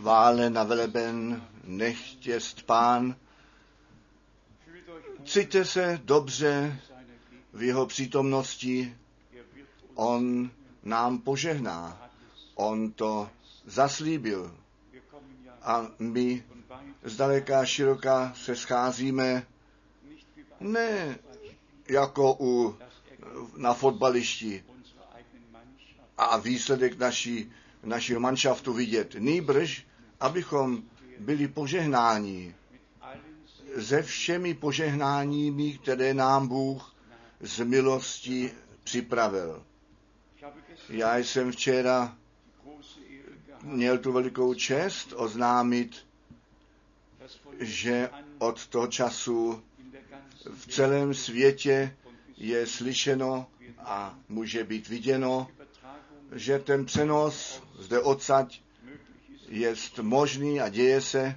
chválen a veleben, nechť jest Pán. Cíťte se dobře v jeho přítomnosti, on nám požehná, on to zaslíbil. A my zdaleka široka se scházíme ne jako na fotbališti a výsledek našeho manšaftu vidět, nýbrž, abychom byli požehnáni se všemi požehnáními, které nám Bůh z milosti připravil. Já jsem včera měl tu velikou čest oznámit, že od toho času v celém světě je slyšeno a může být viděno, že ten přenos zde odsaď je možný a děje se.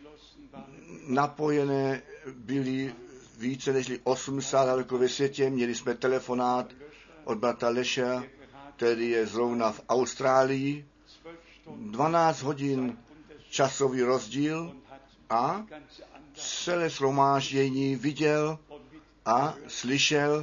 Napojené byli více než 80 daleko ve světě. Měli jsme telefonát od bratra Leša, který je zrovna v Austrálii. 12 hodin časový rozdíl a celé shromáždění viděl a slyšel.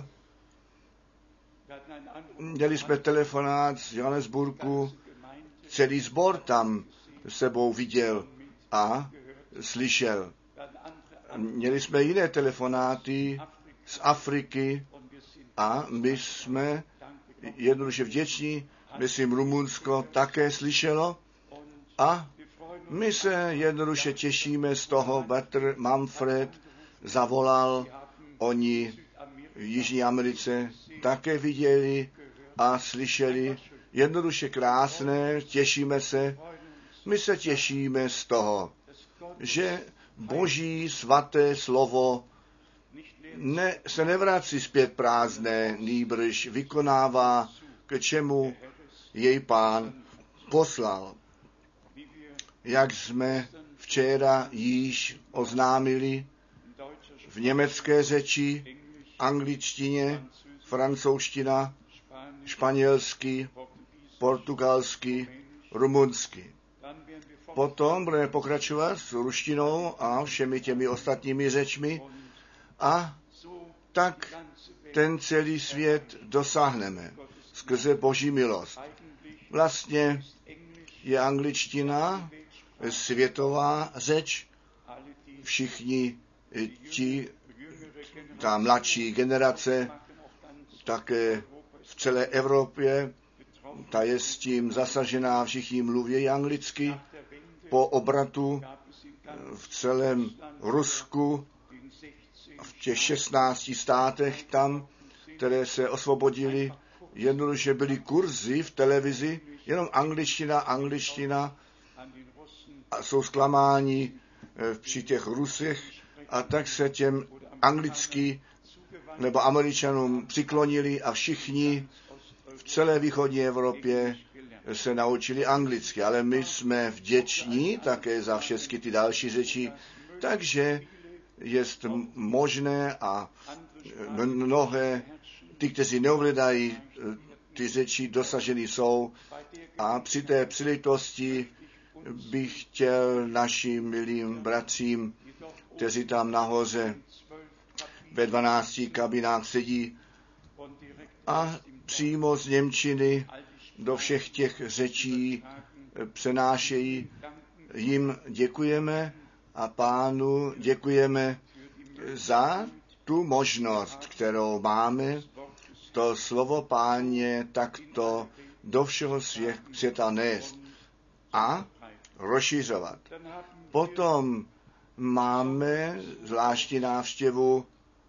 Měli jsme telefonát z Johannesburgu, celý sbor tam sebou viděl a slyšel. Měli jsme jiné telefonáty z Afriky a my jsme jednoduše vděční, myslím Rumunsko také slyšelo a my se jednoduše těšíme z toho, bratr Manfred zavolal, oni v Jižní Americe také viděli a slyšeli, jednoduše krásné, těšíme se, my se těšíme z toho, že Boží svaté slovo se nevrací zpět prázdné, nýbrž vykonává, k čemu jej Pán poslal. Jak jsme včera již oznámili v německé řeči, angličtině, francouzština, španělsky, portugalsky, rumunsky. Potom budeme pokračovat s ruštinou a všemi těmi ostatními řečmi a tak ten celý svět dosáhneme skrze Boží milost. Vlastně je angličtina světová řeč. Všichni ta mladší generace, také v celé Evropě, ta je s tím zasažená, všichni mluví anglicky. Po obratu v celém Rusku, v těch 16 státech tam, které se osvobodili, jednoduše byly kurzy v televizi, jenom angličtina a jsou zklamáni při těch Rusech a tak se těm anglicky nebo Američanům přiklonili a všichni v celé východní Evropě se naučili anglicky, ale my jsme vděční také za všechny ty další řeči, takže je možné a mnohé, ty, kteří neovládají ty řeči, dosaženy jsou a při té příležitosti bych chtěl našim milým bratřím, kteří tam nahoře ve 12 kabinách sedí a přímo z němčiny do všech těch řečí přenášejí. Jim děkujeme a Pánu děkujeme za tu možnost, kterou máme, to slovo Páně takto do všeho světa nést a rozšiřovat. Potom máme zvláštní návštěvu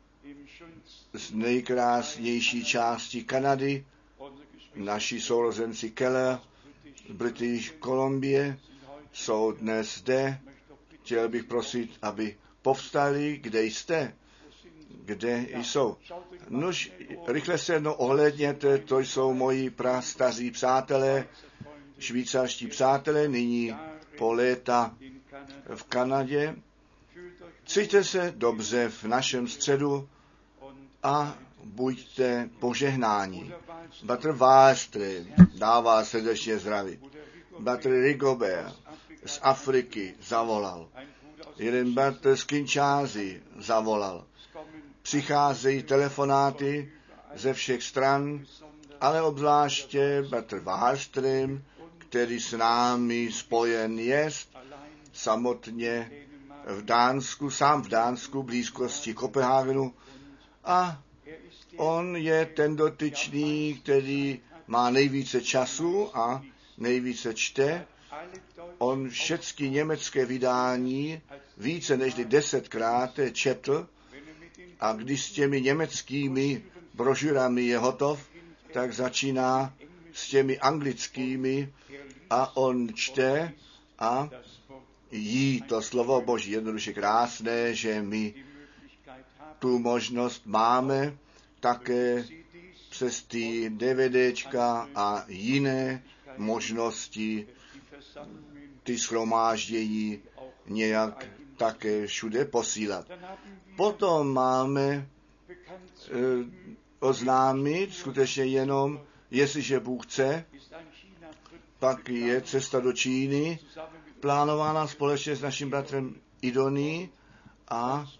z nejkrásnější části Kanady, naši sourozenci Keller z British Columbie jsou dnes zde. Chtěl bych prosit, aby povstali, kde jste, kde jsou. Nož, rychle se jednou ohlédněte, to jsou moji prastaří přátelé, švýcarští přátelé, nyní po léta v Kanadě. Cíťte se dobře v našem středu a buďte požehnáni. Bratr Vástry dává srdečně zdraví. Bratr Rigobert z Afriky zavolal. Jeden bratr z Kinshásy zavolal. Přicházejí telefonáty ze všech stran, ale obzvláště bratr Wallström, který s námi spojen jest, samotně sám v Dánsku, blízkosti Kopenhagenu. A on je ten dotyčný, který má nejvíce času a nejvíce čte. On všechny německé vydání více než 10krát četl a když s těmi německými brožurami je hotov, tak začíná s těmi anglickými a on čte a jí to slovo Boží. Jednoduše krásné, že my tu možnost máme také přes ty DVDčka a jiné možnosti ty shromáždění nějak také všude posílat. Potom máme oznámit skutečně jenom, jestliže Bůh chce, pak je cesta do Číny plánována společně s naším bratrem Idoní a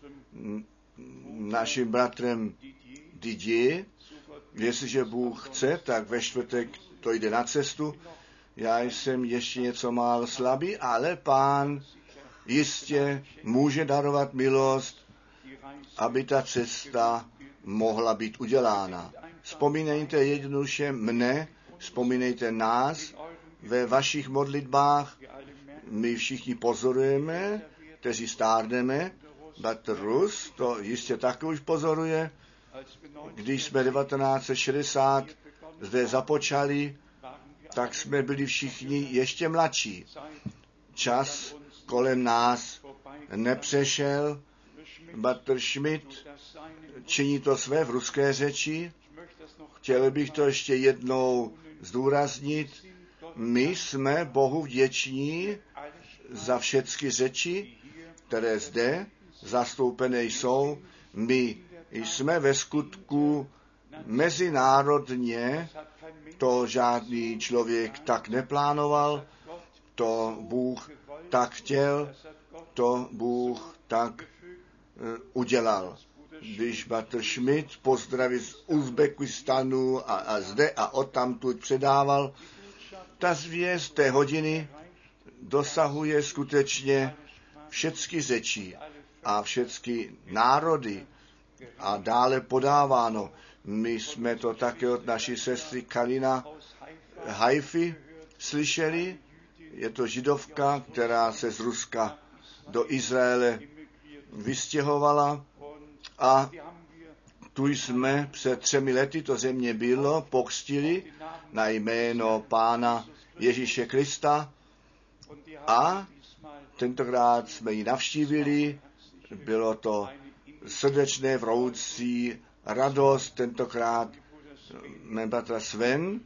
naším bratrem Didier. Jestliže Bůh chce, tak ve čtvrtek to jde na cestu. Já jsem ještě něco málo slabý, ale Pán jistě může darovat milost, aby ta cesta mohla být udělána. Vzpomínejte jednoduše mne, vzpomínejte nás ve vašich modlitbách. My všichni pozorujeme, kteří stárneme. Bratr Rus to jistě taky už pozoruje. Když jsme 1960 zde započali, tak jsme byli všichni ještě mladší. Čas kolem nás nepřešel. Bratr Schmidt činí to své v ruské řeči. Chtěl bych to ještě jednou zdůraznit. My jsme Bohu vděční za všechny řeči, které zde zastoupené jsou. My jsme ve skutku mezinárodně, to žádný člověk tak neplánoval, to Bůh tak chtěl, to Bůh tak udělal. Když bratr Schmidt pozdraví z Uzbekistanu a zde a odtamtud předával, ta zvěst té hodiny dosahuje skutečně všechny řeči a všechny národy a dále podáváno. My jsme to také od naší sestry Kalina Haify slyšeli. Je to židovka, která se z Ruska do Izraele vystěhovala a tu jsme před 3 lety, to země bylo, pokřtili na jméno Pána Ježíše Krista a tentokrát jsme ji navštívili. Bylo to srdečné, vroucí radost. Tentokrát mé bratra Sven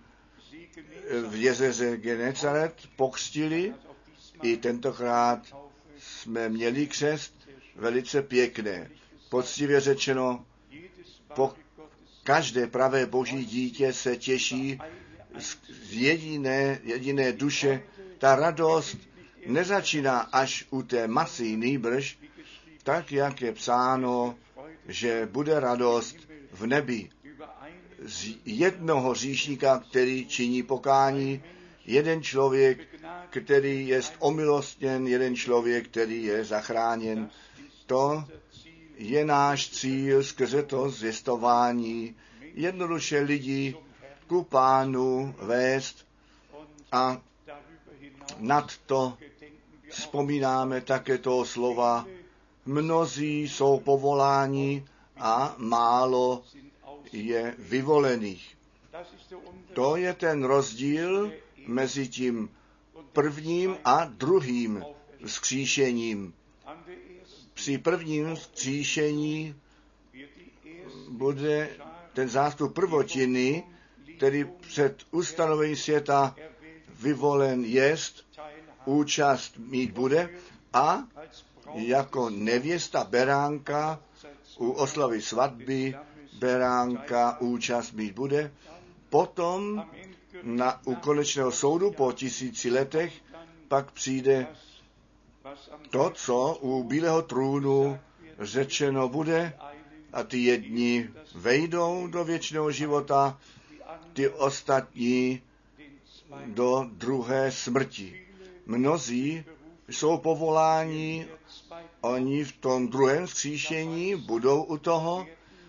v jezeře Genezaret pokřtili. I tentokrát jsme měli křest velice pěkné. Poctivě řečeno, každé pravé boží dítě se těší z jediné duše. Ta radost nezačíná až u té masy, nýbrž tak, jak je psáno, že bude radost v nebi z jednoho hříšníka, který činí pokání, jeden člověk, který je omilostněn, jeden člověk, který je zachráněn. To je náš cíl skrze to zvěstování, jednoduše lidi ku Pánu vést a nad to vzpomínáme také toho slova, mnozí jsou povoláni a málo je vyvolených. To je ten rozdíl mezi tím prvním a druhým vzkříšením. Při prvním vzkříšení bude ten zástup prvotiny, který před ustanovením světa vyvolen jest, účast mít bude a jako nevěsta beránka u oslavy svatby beránka účast mít bude. Potom u konečného soudu po 1000 letech pak přijde To, co u Bílého trůnu řečeno bude, a ty jedni vejdou do věčného života, ty ostatní do druhé smrti. Mnozí jsou povoláni, oni v tom druhém vzkříšení budou u toho,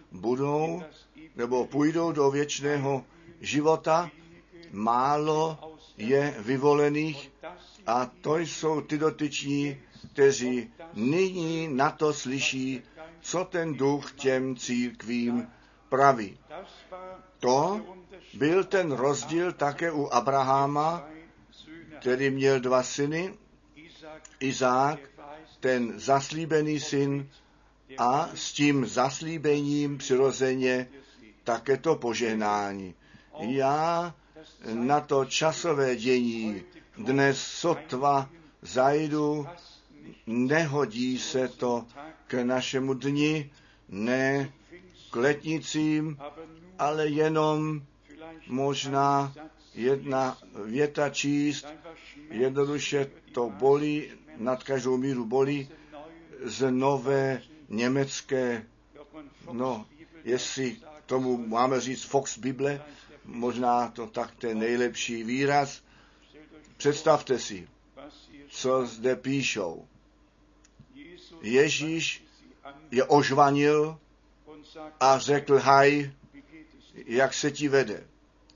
nebo půjdou do věčného života. Málo je vyvolených a to jsou ty dotyční, kteří nyní na to slyší, co ten duch těm církvím praví. To byl ten rozdíl také u Abraháma, který měl 2 syny, Izák, ten zaslíbený syn, a s tím zaslíbením přirozeně také to požehnání. Já na to časové dění dnes sotva zajdu, nehodí se to k našemu dni, ne k letnicím, ale jenom možná jedna věta číst, jednoduše to bolí, nad každou míru bolí, z nové německé, jestli tomu máme říct Fox Bible, možná to tak ten nejlepší výraz. Představte si, co zde píšou. Ježíš je ožvanil a řekl, haj, jak se ti vede.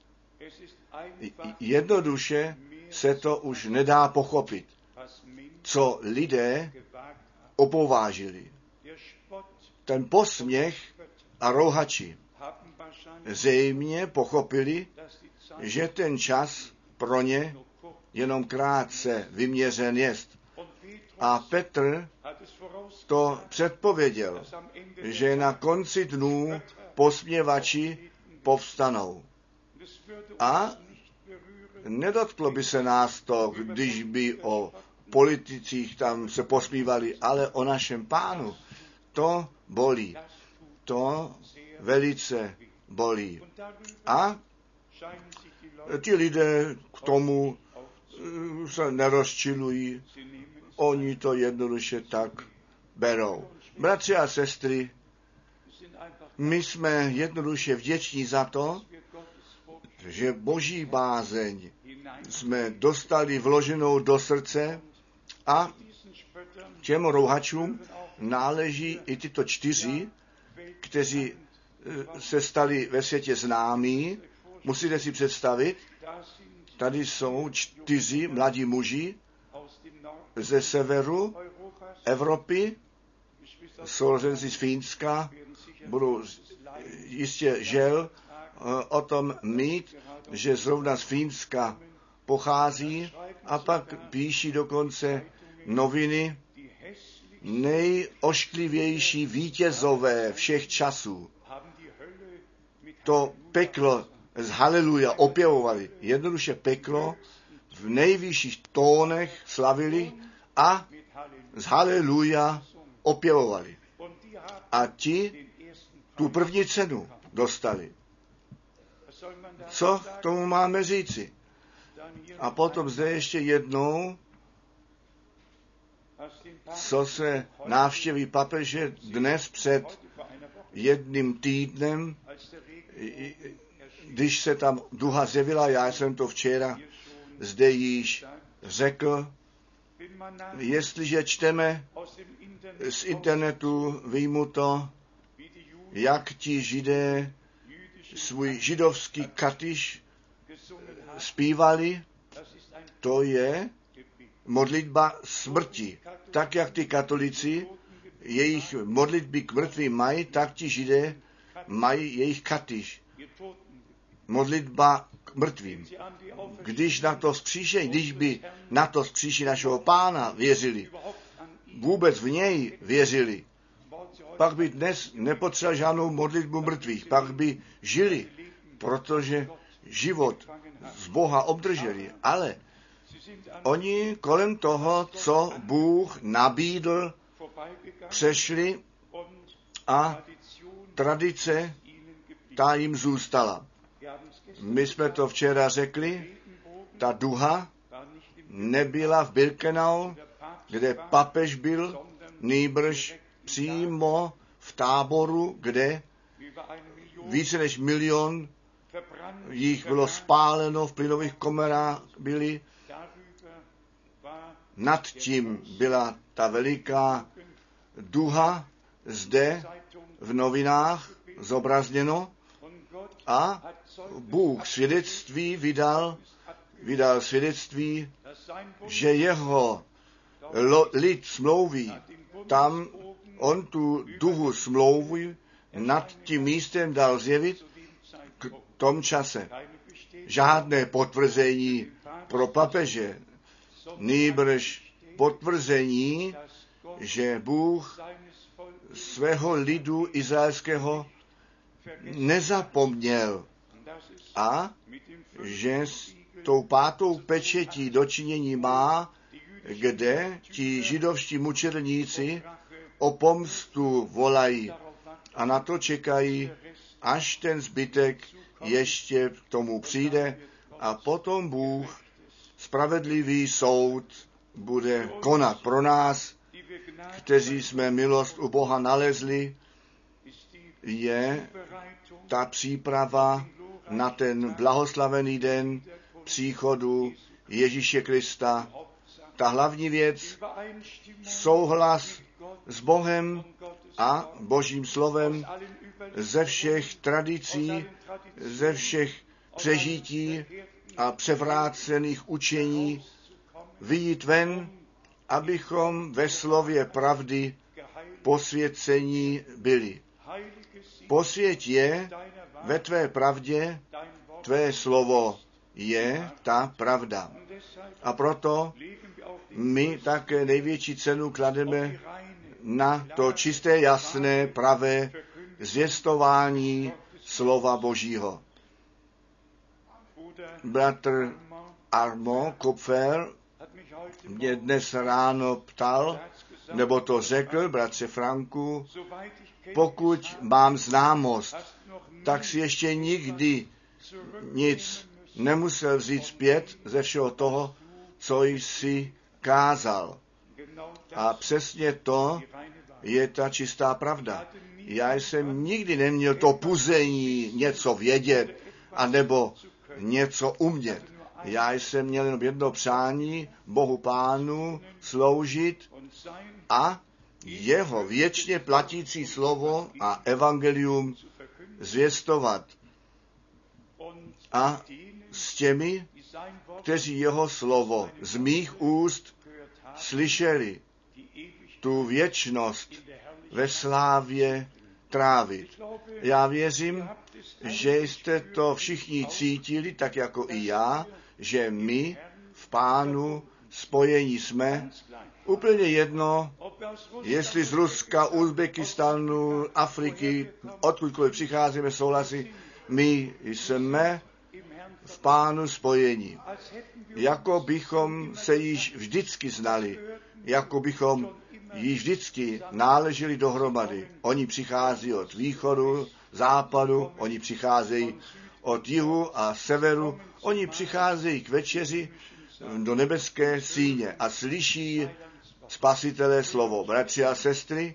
Jednoduše se to už nedá pochopit, co lidé opovážili. Ten posměch a rouhači zřejmě pochopili, že ten čas pro ně jenom krátce vyměřen jest. A Petr to předpověděl, že na konci dnů posměvači povstanou. A nedotklo by se nás to, když by o politicích tam se posmívali, ale o našem Pánu. To bolí. To velice bolí. A ti lidé k tomu se nerozčilují. Oni to jednoduše tak berou. Bratři a sestry, my jsme jednoduše vděční za to, že Boží bázeň jsme dostali vloženou do srdce a těm rouhačům náleží i tyto 4, kteří se stali ve světě známí. Musíte si představit, tady jsou 4 mladí muži ze severu Evropy, sourozenci z Fínska, budou jistě žel o tom mít, že zrovna z Fínska pochází, a pak píší dokonce noviny, nejošklivější vítězové všech časů. To peklo z haleluja opěvovali. Jednoduše peklo v nejvyšších tónech slavili a z haleluja opěvovali. A ti tu první cenu dostali. Co k tomu máme říci? A potom zde ještě jednou, co se návštěví papeže dnes před 1 týdnem, když se tam duha zjevila, já jsem to včera zde již řekl, jestliže čteme z internetu vyjmuto, jak ti Židé svůj židovský katiš zpívali, to je modlitba smrti. Tak, jak ty katolíci jejich modlitby k mrtvým mají, tak ti Židé mají jejich katiš. Modlitba k mrtvým. Když by na to vzkříšení našeho Pána věřili, vůbec v něj věřili, pak by dnes nepotřebovali žádnou modlitbu mrtvých, pak by žili, protože život z Boha obdrželi, ale oni kolem toho, co Bůh nabídl, přešli a tradice ta jim zůstala. My jsme to včera řekli, ta duha nebyla v Birkenau kde papež byl, nýbrž přímo v Táboru, kde více než 1 milion jich bylo spáleno, v plynových komerách byli. Nad tím byla ta veliká duha zde v novinách zobrazněno a Bůh svědectví vydal svědectví, že jeho lid smlouvy, tam on tu duhu smlouvy nad tím místem dal zjevit k tom čase. Žádné potvrzení pro papeže, nýbrž potvrzení, že Bůh svého lidu izraelského nezapomněl a že s tou 5. pečetí dočinění má, kde ti židovští mučedníci o pomstu volají a na to čekají, až ten zbytek ještě k tomu přijde a potom Bůh spravedlivý soud bude konat pro nás, kteří jsme milost u Boha nalezli, je ta příprava na ten blahoslavený den příchodu Ježíše Krista. Ta hlavní věc, souhlas s Bohem a Božím slovem ze všech tradicí, ze všech přežití a převrácených učení vyjít ven, abychom ve slově pravdy posvěcení byli. Posvěť je ve tvé pravdě, tvé slovo je ta pravda. A proto my také největší cenu klademe na to čisté, jasné, pravé zvěstování slova Božího. Bratr Armand Kupfer mě dnes ráno ptal, nebo to řekl, bratře Franku, pokud mám známost, tak si ještě nikdy nic nemusel vzít zpět ze všeho toho, co jsi kázal. A přesně to je ta čistá pravda. Já jsem nikdy neměl to puzení něco vědět, anebo něco umět. Já jsem měl jenom jedno přání, Bohu Pánu sloužit a jeho věčně platící slovo a evangelium zvěstovat. A s těmi, kteří jeho slovo z mých úst slyšeli, tu věčnost ve slávě trávit. Já věřím, že jste to všichni cítili, tak jako i já, že my v Pánu spojení jsme. Úplně jedno, jestli z Ruska, Uzbekistánu, Afriky, odkudkoliv přicházíme, souhlasí, my jsme v Pánu spojení. Jako bychom se již vždycky znali, jako bychom již vždycky náleželi dohromady. Oni přichází od východu, západu, oni přicházejí od jihu a severu, oni přicházejí k večeři do nebeské síně a slyší Spasitelé slovo. Bratři a sestry,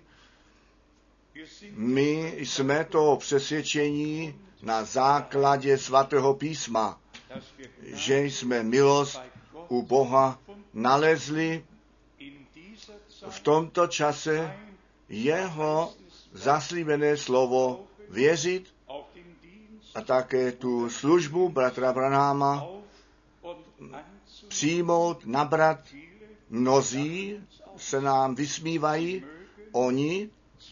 my jsme toho přesvědčení na základě svatého písma, že jsme milost u Boha nalezli v tomto čase jeho zaslíbené slovo věřit a také tu službu bratra Branhama přijmout, nabrat. Mnozí se nám vysmívají, oni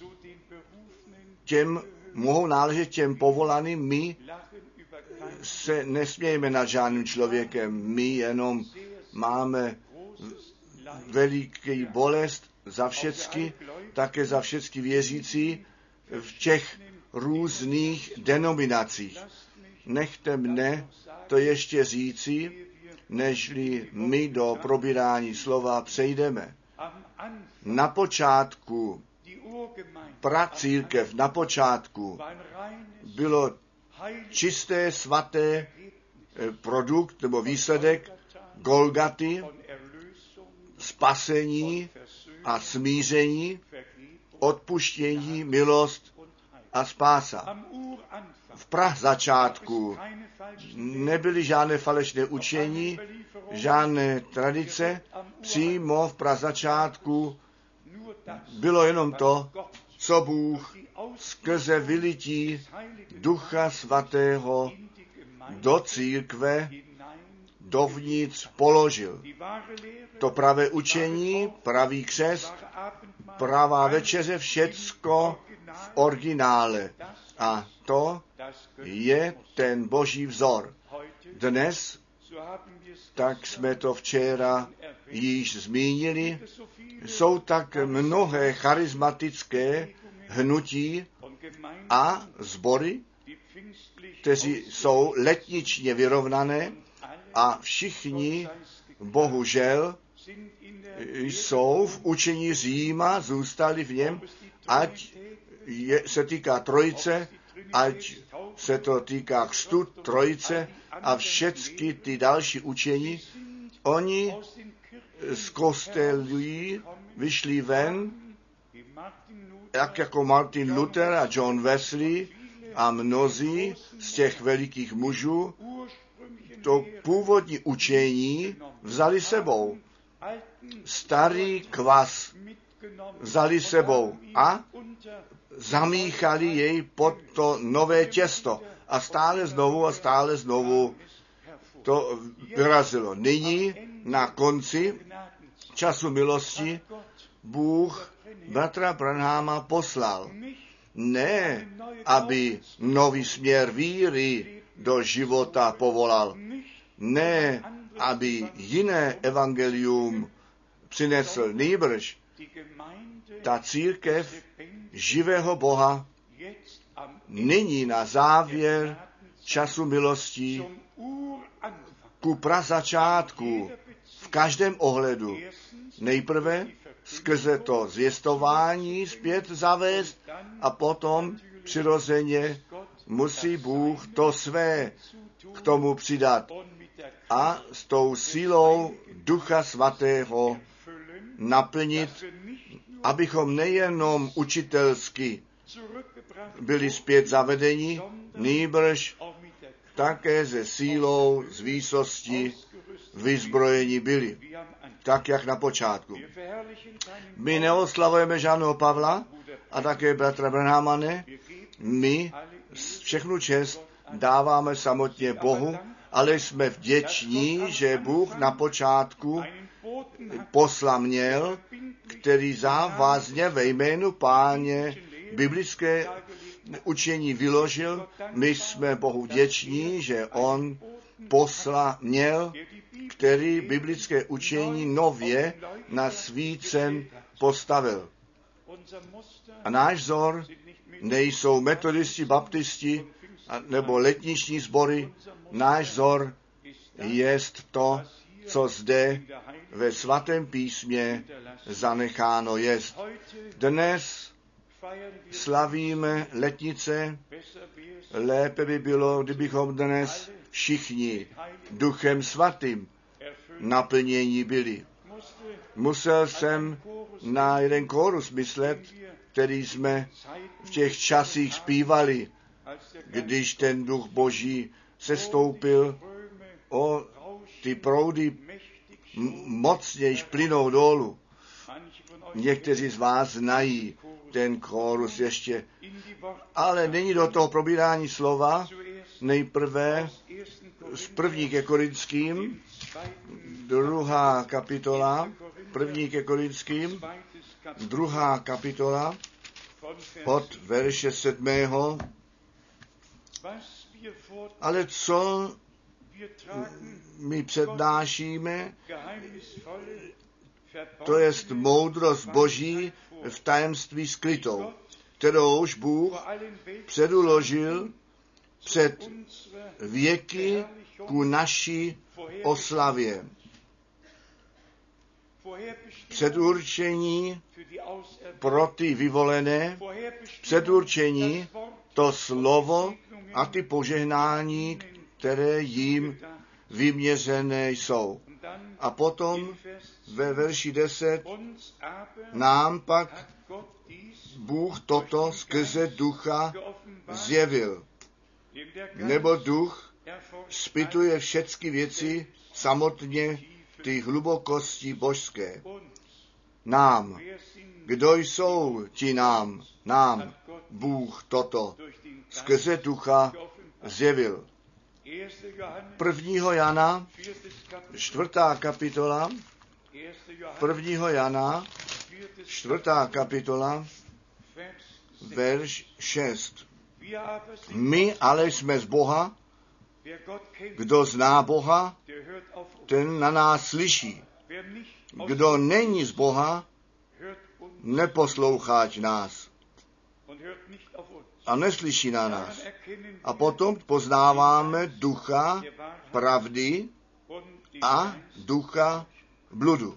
těm mohou náležet těm povolaným, my se nesmějeme nad žádným člověkem, my jenom máme veliký bolest za všecky, také za všecky věřící v těch různých denominacích. Nechte mne to ještě říci, nežli my do probírání slova přejdeme. Na počátku, pracírkev na počátku bylo čisté, svaté produkt nebo výsledek Golgaty, spasení a smíření, odpuštění, milost a spása. V prazačátku nebyly žádné falešné učení, žádné tradice, přímo v prazačátku bylo jenom to, co Bůh skrze vylití Ducha Svatého do církve dovnitř položil. To pravé učení, pravý křest, pravá večeře, všecko v originále. A to je ten Boží vzor. Dnes, tak jsme to včera již zmínili, jsou tak mnohé charismatické hnutí a sbory, kteří jsou letničně vyrovnané a všichni, bohužel, jsou v učení Říma, zůstali v něm, ať se týká trojice, ať se to týká křtu trojice a všechny ty další učení, oni z kostelů vyšli ven, jak jako Martin Luther a John Wesley a mnozí z těch velikých mužů to původní učení vzali sebou. Starý kvas vzali sebou a zamíchali jej pod to nové těsto. A stále znovu to vyrazilo. Nyní na konci času milosti Bůh bratra Branhama poslal. Ne, aby nový směr víry do života povolal. Ne, aby jiné evangelium přinesl. Nýbrž ta církev živého Boha nyní na závěr času milostí ku prazačátku v každém ohledu nejprve skrze to zvěstování zpět zavést a potom přirozeně musí Bůh to své k tomu přidat a s tou silou Ducha Svatého naplnit, abychom nejenom učitelsky byli zpět zavedeni, nýbrž také se sílou, z výsosti vyzbrojeni byli, tak jak na počátku. My neoslavujeme žádného Pavla a také bratra Branhama ne. My všechnu čest dáváme samotně Bohu, ale jsme vděční, že Bůh na počátku posla měl, který závazně ve jménu Páně biblické učení vyložil. My jsme Bohu vděční, že on posla měl, který biblické učení nově nasvícen postavil. A náš vzor nejsou metodisti, baptisti nebo letniční sbory. Náš vzor jest to, co zde ve svatém písmě zanecháno jest. Dnes slavíme letnice. Lépe by bylo, kdybychom dnes všichni Duchem Svatým naplnění byli. Musel jsem na jeden kórus myslet, který jsme v těch časích zpívali, když ten Duch Boží sestoupil, ty proudy mocnějš plynou dolů. Někteří z vás znají ten kórus ještě, ale není do toho probírání slova. Nejprve z 1. ke Korinským, 2. kapitola, 1. ke Korinským, 2. kapitola, od verše 7. Ale co my přednášíme, to jest moudrost Boží v tajemství skrytou, kterouž Bůh předuložil před věky ku naší oslavě. Předurčení pro ty vyvolené, předurčení to slovo a ty požehnání, které jim vyměřené jsou. A potom ve verši 10 nám pak Bůh toto skrze ducha zjevil. Nebo duch zpytuje všechny věci samotně ty hlubokosti božské. Nám. Kdo jsou ti nám? Nám Bůh toto skrze ducha zjevil. 1. Jana, 4. kapitola, 1. Jana, 4. kapitola, verš 6. My ale jsme z Boha, kdo zná Boha, ten na nás slyší. Kdo není z Boha, neposlouchá nás a neslyší na nás. A potom poznáváme ducha pravdy a ducha bludu.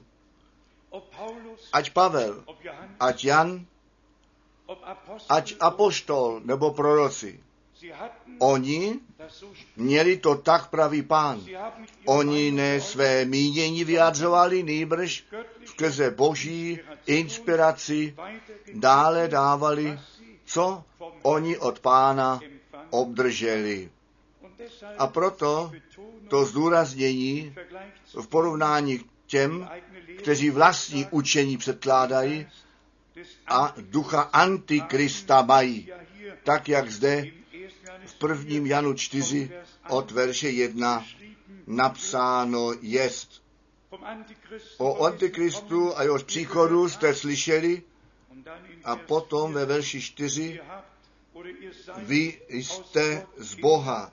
Ať Pavel, ať Jan, ať apoštol nebo proroci, oni měli to tak pravý Pán. Oni ne své mínění vyjadřovali, nýbrž skrze boží inspiraci dále dávali, co oni od Pána obdrželi. A proto to zdůraznění v porovnání k těm, kteří vlastní učení předkládají a ducha Antikrista mají, tak jak zde v 1. Janu 4 od verše 1 napsáno jest. O Antikristu a jehož příchodu jste slyšeli a potom ve verši 4 vy jste z Boha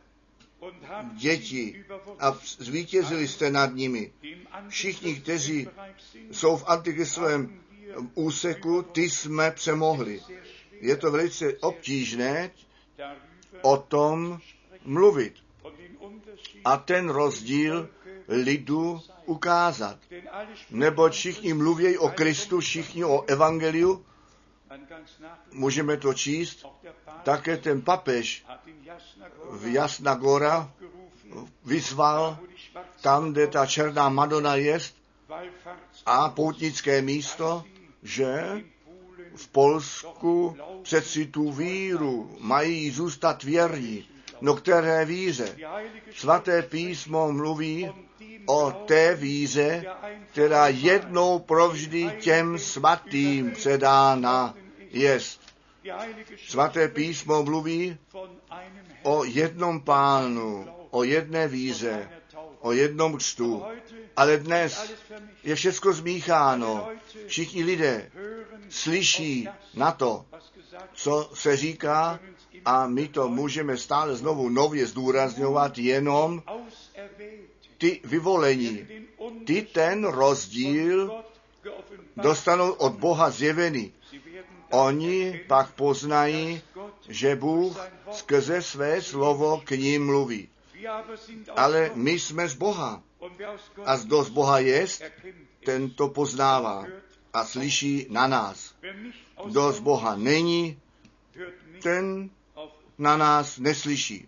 děti a zvítězili jste nad nimi. Všichni, kteří jsou v antikristovém úseku, ty jsme přemohli. Je to velice obtížné o tom mluvit a ten rozdíl lidu ukázat. Neboť všichni mluví o Kristu, všichni o evangeliu, můžeme to číst, také ten papež v Jasna Gora vyzval tam, kde ta černá Madonna jest a poutnické místo, že v Polsku přeci tu víru mají zůstat věrní. No které víře? Svaté písmo mluví o té víře, která jednou provždy těm svatým předána jest. Svaté písmo mluví o jednom Pánu, o jedné víře, o jednom křtu. Ale dnes je všechno zmícháno. Všichni lidé slyší na to, co se říká, a my to můžeme stále znovu nově zdůrazňovat, jenom ty vyvolení, ty ten rozdíl dostanou od Boha zjevený. Oni pak poznají, že Bůh skrze své slovo k ním mluví. Ale my jsme z Boha. A kdo z Boha jest, ten to poznává a slyší na nás. Kdo z Boha není, ten na nás neslyší.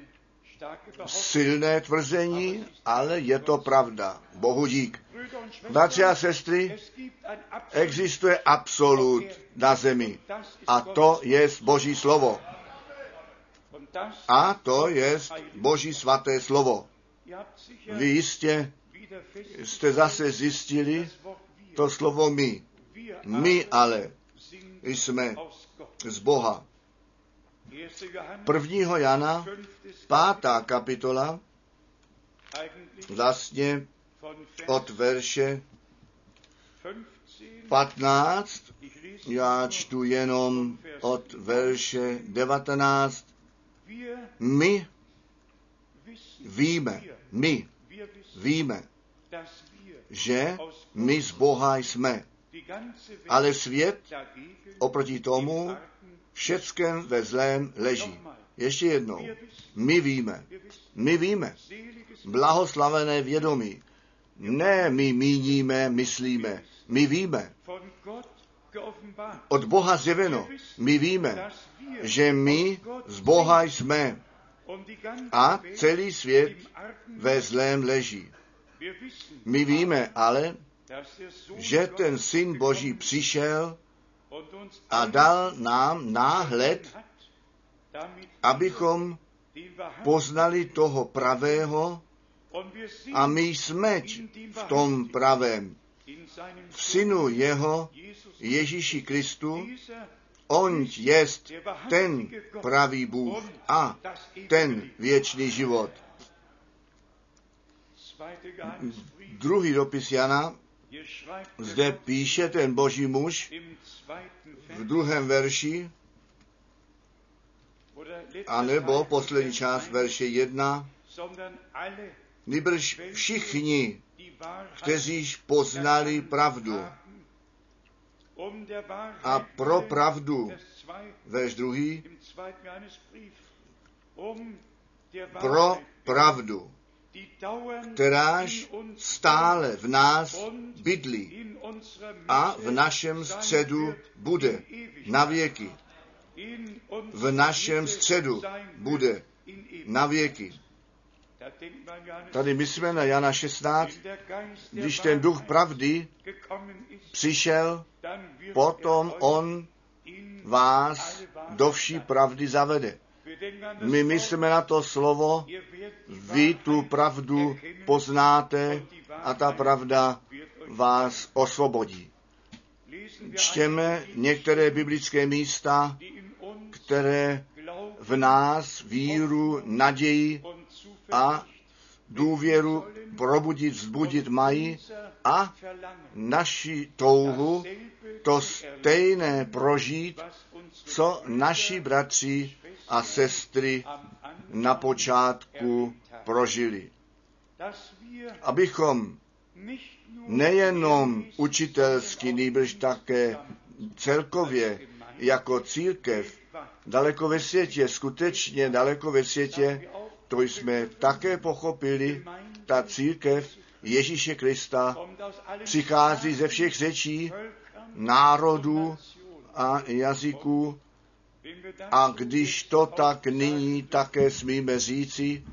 Silné tvrzení, ale je to pravda. Bohu dík. Bratři a sestry, existuje absolut na zemi. A to je Boží slovo. A to je Boží svaté slovo. Vy jistě jste zase zjistili to slovo my. My ale jsme z Boha. 1. Jana, 5. kapitola, vlastně od verše 15, já čtu jenom od verše 19. My víme, že my z Boha jsme, ale svět oproti tomu všecken ve zlém leží. Ještě jednou. My víme. Blahoslavené vědomí. Ne my míníme, myslíme. My víme. Od Boha zjeveno. My víme, že my z Boha jsme a celý svět ve zlém leží. My víme ale, že ten Syn Boží přišel a dal nám náhled, abychom poznali toho pravého, a my jsme v tom pravém, v Synu jeho, Ježíši Kristu. On jest ten pravý Bůh a ten věčný život. Druhý dopis Jana, zde píše ten Boží muž v 2. verši, anebo poslední část verše 1, nýbrž všichni, kteříž poznali pravdu. A pro pravdu, verš 2, pro pravdu, kteráž stále v nás bydlí a v našem středu bude na věky. V našem středu bude na věky. Tady myslíme na Jana 16, když ten duch pravdy přišel, potom on vás do vší pravdy zavede. My myslíme na to slovo, vy tu pravdu poznáte a ta pravda vás osvobodí. Čteme některé biblické místa, které v nás víru, naději a důvěru probudit, vzbudit mají a naši touhu to stejné prožít, co naši bratři a sestry na počátku prožili. Abychom nejenom učitelsky, nýbrž také celkově jako církev daleko ve světě, skutečně daleko ve světě, to jsme také pochopili, ta církev Ježíše Krista přichází ze všech řečí, národů a jazyků, a když to tak nyní také smíme říci,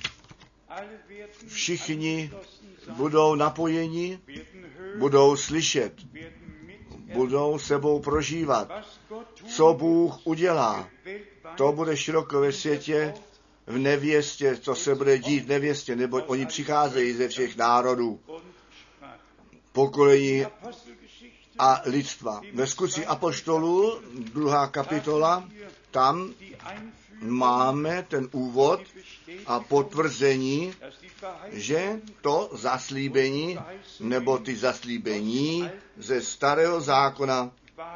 všichni budou napojeni, budou slyšet, budou sebou prožívat, co Bůh udělá. To bude široko ve světě, v nevěstě, co se bude dít v nevěstě, neboť oni přicházejí ze všech národů, pokolení a lidstva. Ve Skutcích apoštolů, 2. kapitola, tam máme ten úvod a potvrzení, že to zaslíbení, nebo ty zaslíbení ze Starého zákona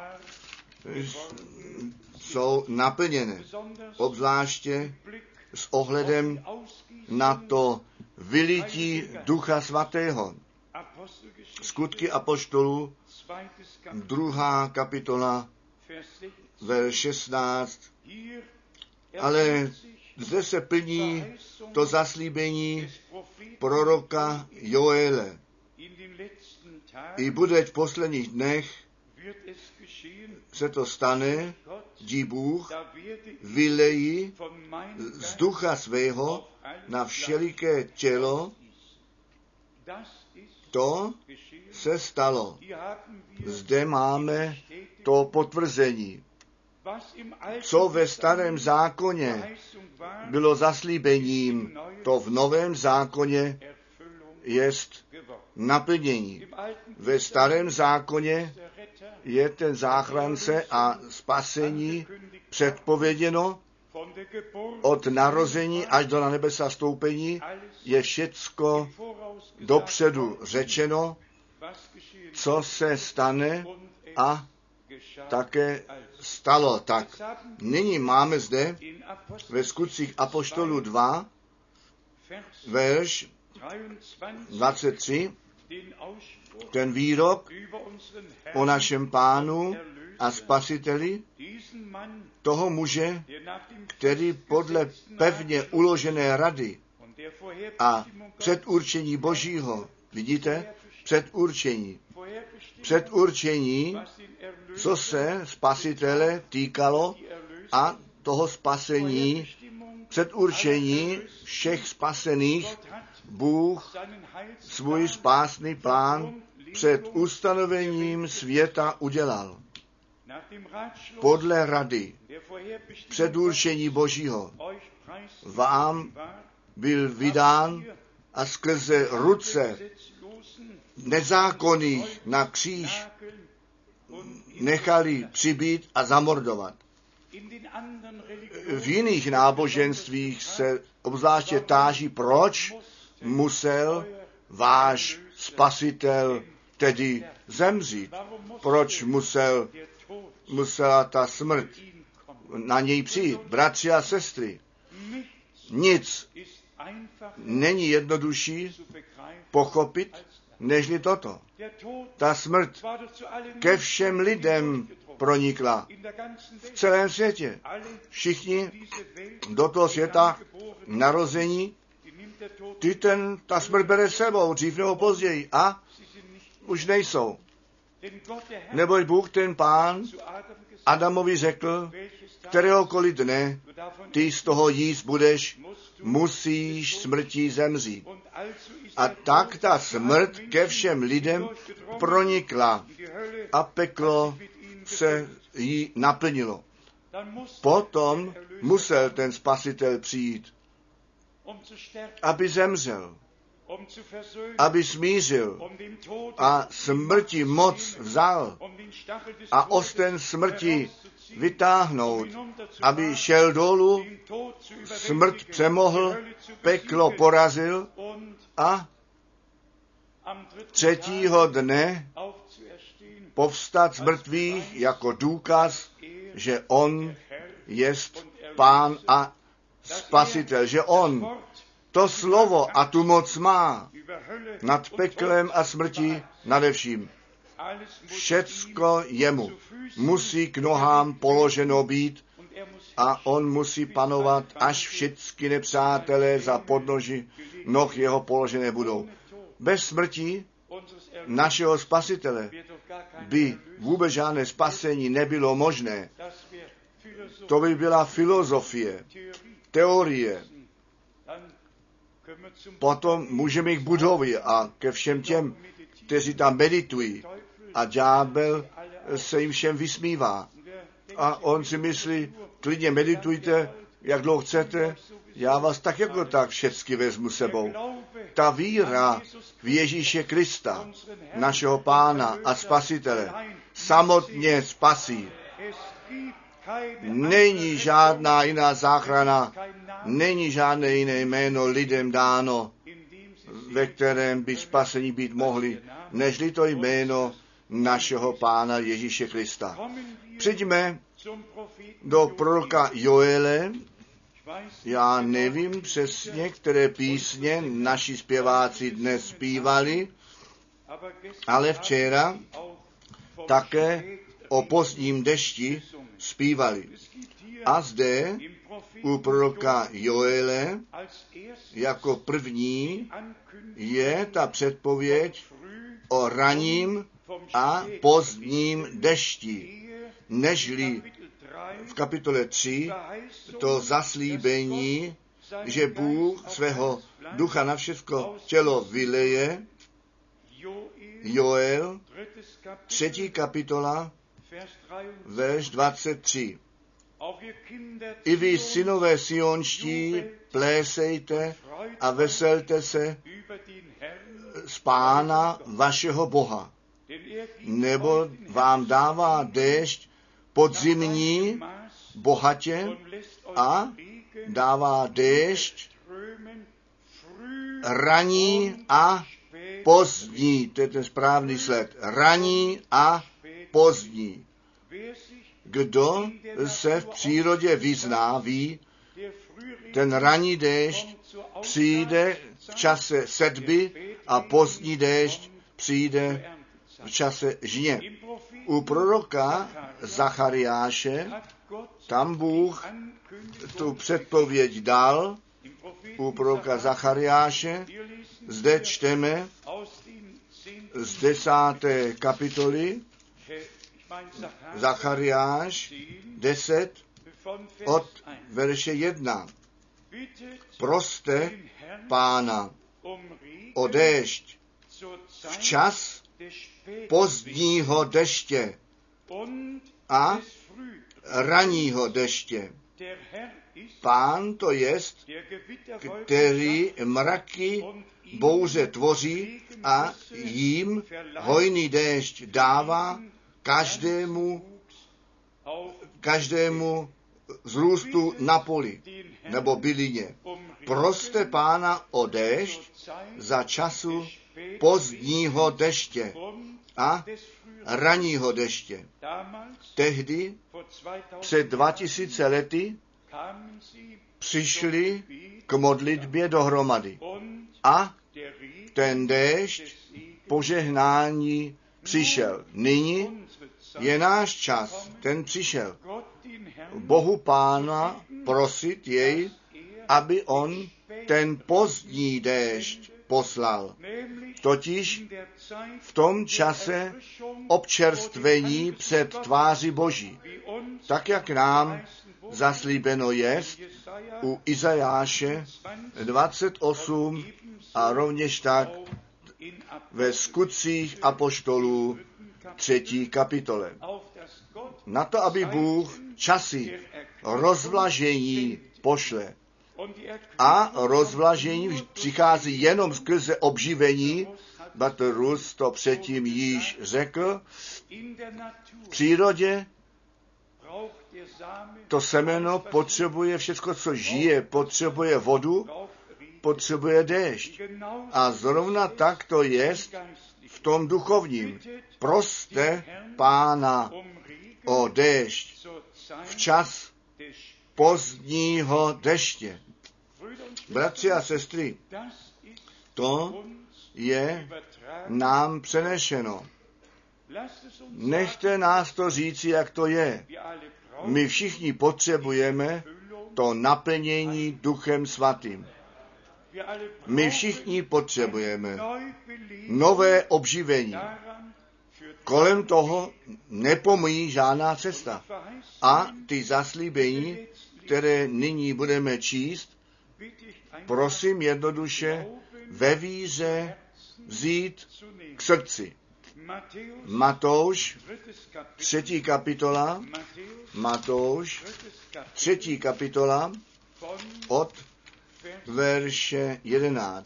jsou naplněné. Obzvláště s ohledem na to vylití Ducha Svatého. Skutky apoštolů, 2. kapitola, verš 16. Ale zde se plní to zaslíbení proroka Joele. I bude v posledních dnech se to stane, kdy Bůh vylejí z ducha svého na všeliké tělo. To se stalo. Zde máme to potvrzení. Co ve Starém zákoně bylo zaslíbením, to v Novém zákoně jest naplnění. Ve Starém zákoně je ten záchrance a spasení předpověděno od narození až do na nebesa stoupení, je všecko dopředu řečeno, co se stane a také stalo tak. Nyní máme zde ve Skutcích apoštolů 2, verš 23, ten výrok o našem Pánu a Spasiteli, toho muže, který podle pevně uložené rady a předurčení Božího, vidíte, předurčení, co se Spasitele týkalo a toho spasení, předurčení všech spasených Bůh svůj spásný plán před ustanovením světa udělal. Podle rady předurčení Božího vám byl vydán a skrze ruce nezákonných na kříž nechali přibít a zamordovat. V jiných náboženstvích se obzvláště táží, proč musel váš spasitel tedy zemřít. Proč musela ta smrt na něj přijít. Bratři a sestry, nic není jednodušší pochopit, nežli toto. Ta smrt ke všem lidem pronikla v celém světě. Všichni do toho světa narození, ta smrt bere sebou, dřív nebo později, a už nejsou. Neboť Bůh, ten Pán, Adamovi řekl, kteréhokoliv dne ty z toho jíst budeš, musíš smrtí zemřít. A tak ta smrt ke všem lidem pronikla a peklo se jí naplnilo. Potom musel ten spasitel přijít, aby zemřel, aby smířil a smrti moc vzal a osten smrti vytáhnout, aby šel dolů, smrt přemohl, peklo porazil a třetího dne povstat z mrtvých jako důkaz, že on jest Pán a Spasitel, že on to slovo a tu moc má nad peklem a smrtí nadevším. Všecko jemu musí k nohám položeno být a on musí panovat, až všichni nepřátelé za podnoži noh jeho položené budou. Bez smrti našeho spasitele by vůbec žádné spasení nebylo možné. To by byla filozofie, teorie. Potom můžeme jít k budově a ke všem těm, kteří tam meditují. A ďábel se jim všem vysmívá. A on si myslí, klidně meditujte, jak dlouho chcete, já vás tak jako tak všecky vezmu sebou. Ta víra v Ježíše Krista, našeho Pána a Spasitele, samotně spasí. Není žádná jiná záchrana, není žádné jiné jméno lidem dáno, ve kterém by spasení být mohli, nežli to jméno našeho Pána Ježíše Krista. Přijďme do proroka Joele. Já nevím přesně, které písně naši zpěváci dnes zpívali, ale včera také o pozdním dešti zpívali. A zde u proroka Joele jako první je ta předpověď o raním a pozdním dešti, nežli v kapitole 3 to zaslíbení, že Bůh svého ducha na všechno tělo vyleje. Joel, 3. kapitola, verš 23. I vy, synové sionští, plésejte a veselte se z Pána vašeho Boha, nebo vám dává déšť podzimní bohatě a dává déšť raní a pozdní. To je ten správný sled. Raní a pozdní. Kdo se v přírodě vyzná, ví, ten raní déšť přijde v čase setby a pozdní déšť přijde v čase žně. U proroka Zachariáše tam Bůh tu předpověď dal. U proroka Zachariáše zde čteme z 10. kapitoly Zachariáš 10 od verše 1. Proste Pána o déšť, včas pozdního deště a ranního deště. Pán to jest, který mraky bouře tvoří a jim hojný déšť dává každému zrůstu na poli nebo bylině. Proste Pána o déšť za času pozdního deště a ranního deště. Tehdy před 2000 lety přišli k modlitbě dohromady a ten déšť požehnání přišel. Nyní je náš čas, ten přišel. Bohu Pána prosit jej, aby on ten pozdní déšť poslal. Totiž v tom čase občerstvení před tváří Boží. Tak, jak nám zaslíbeno jest u Izajáše 28 a rovněž tak ve Skutcích apoštolů 3. kapitole. Na to, aby Bůh časy rozvlažení pošle. A rozvlažení přichází jenom skrze obživení, Bratr Rus to předtím již řekl. V přírodě to semeno potřebuje všechno, co žije, potřebuje vodu, potřebuje déšť. A zrovna tak to jest v tom duchovním. Proste Pána o déšť včas pozdního deště. Bratři a sestry, to je nám přenešeno. Nechte nás to říci, jak to je. My všichni potřebujeme to naplnění Duchem Svatým. My všichni potřebujeme nové obživení. Kolem toho nepomíjí žádná cesta. A ty zaslíbení, které nyní budeme číst, prosím jednoduše ve víře vzít k srdci. Matouš, 3. kapitola, Matouš, 3. kapitola, od verše 11.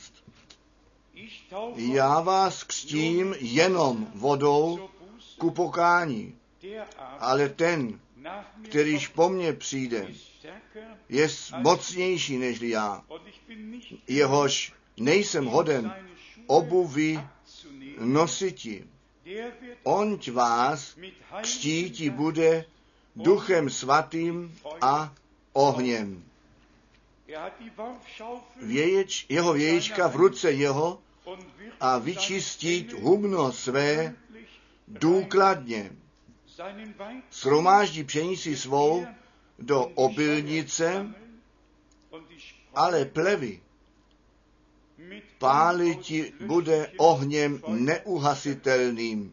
Já vás křtím jenom vodou ku pokání, ale ten, kterýž po mně přijde, je mocnější než já, jehož nejsem hoden obuvi nositi. Onť vás křtíti bude Duchem Svatým a ohněm. Jeho vějička v ruce jeho a vyčistit humno své důkladně. Shromáždí pšenici svou do obilnice, ale plevy páliti bude ohněm neuhasitelným.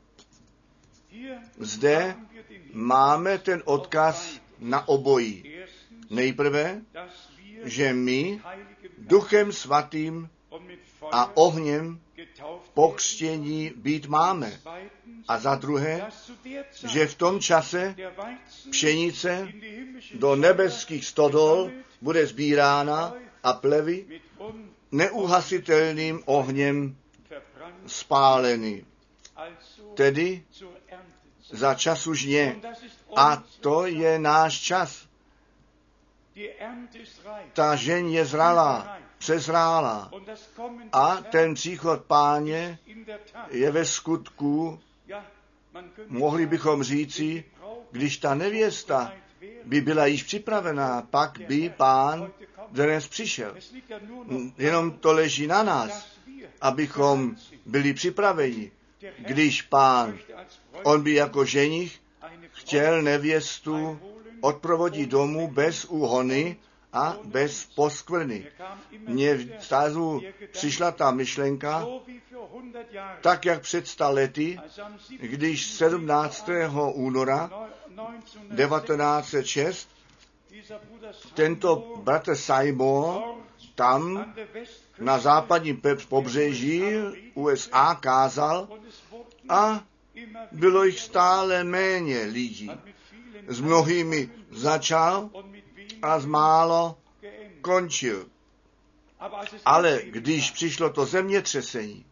Zde máme ten odkaz na obojí. Nejprve, že my Duchem Svatým a ohněm pokřtění být máme. A za druhé, že v tom čase pšenice do nebeských stodol bude sbírána a plevy neuhasitelným ohněm spáleny. Tedy za času žně. A to je náš čas. Ta žeň je zralá, přezrála. A ten příchod Páně je ve skutku, mohli bychom říci, když ta nevěsta by byla již připravená, pak by Pán dnes přišel. Jenom to leží na nás, abychom byli připraveni. Když Pán, on by jako ženich chtěl nevěstu odprovodit domů bez úhony a bez poskvrny. Mně v stázu přišla ta myšlenka, tak jak před 100 lety, když 17. února 1906 tento bratr Seymour tam na západním pobřeží USA kázal a bylo jich stále méně lidí. S mnohými začal a z málo končil. Ale když přišlo to zemětřesení,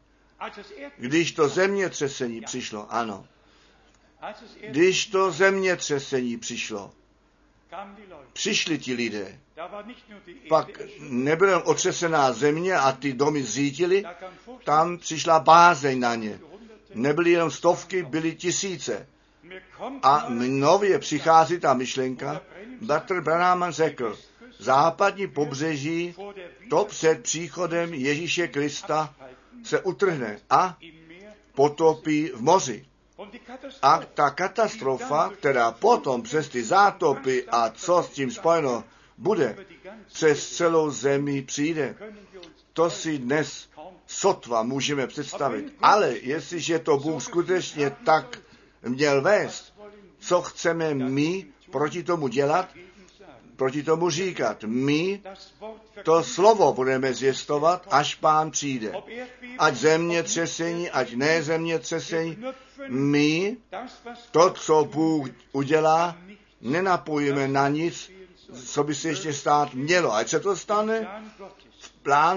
přišlo, ano, když to zemětřesení přišlo, přišli ti lidé. Pak nebyla otřesená země a ty domy zřítily, tam přišla bázeň na ně. Nebyly jenom stovky, byly tisíce. A nově přichází ta myšlenka, bratr Branham řekl, západní pobřeží, to před příchodem Ježíše Krista se utrhne a potopí v moři. A ta katastrofa, která potom přes ty zátopy a co s tím spojeno bude, přes celou zemi přijde. To si dnes sotva můžeme představit. Ale jestliže to Bůh skutečně tak měl vést, co chceme my proti tomu dělat, proti tomu říkat? My to slovo budeme zvěstovat, až Pán přijde. Ať zemětřesení, ať ne zemětřesení, my to, co Bůh udělá, nenapojíme na nic, co by se ještě stát mělo. Ať se to stane, v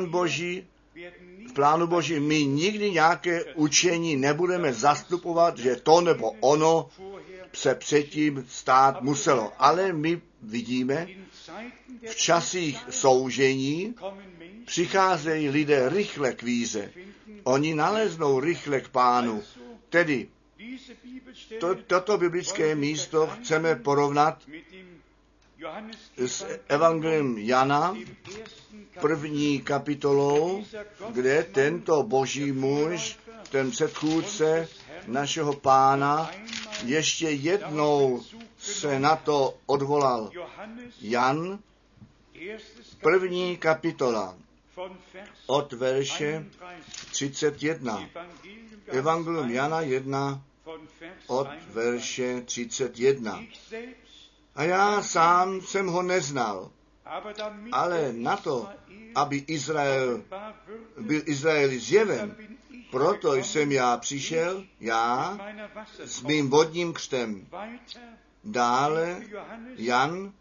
plánu Boží my nikdy nějaké učení nebudeme zastupovat, že to nebo ono se předtím stát muselo. Ale my vidíme, v časích soužení přicházejí lidé rychle k víře. Oni naleznou rychle k Pánu. Tedy toto biblické místo chceme porovnat s Evangeliem Jana, 1. kapitolou, kde tento boží muž, ten předchůdce našeho Pána, ještě jednou se na to odvolal. Jan, 1. kapitola, od verše 31. Evangelium Jana 1, od verše 31. A já sám jsem ho neznal, ale na to, aby byl Izraeli zjeven, proto jsem já přišel, já s mým vodním křtem. Dále Jan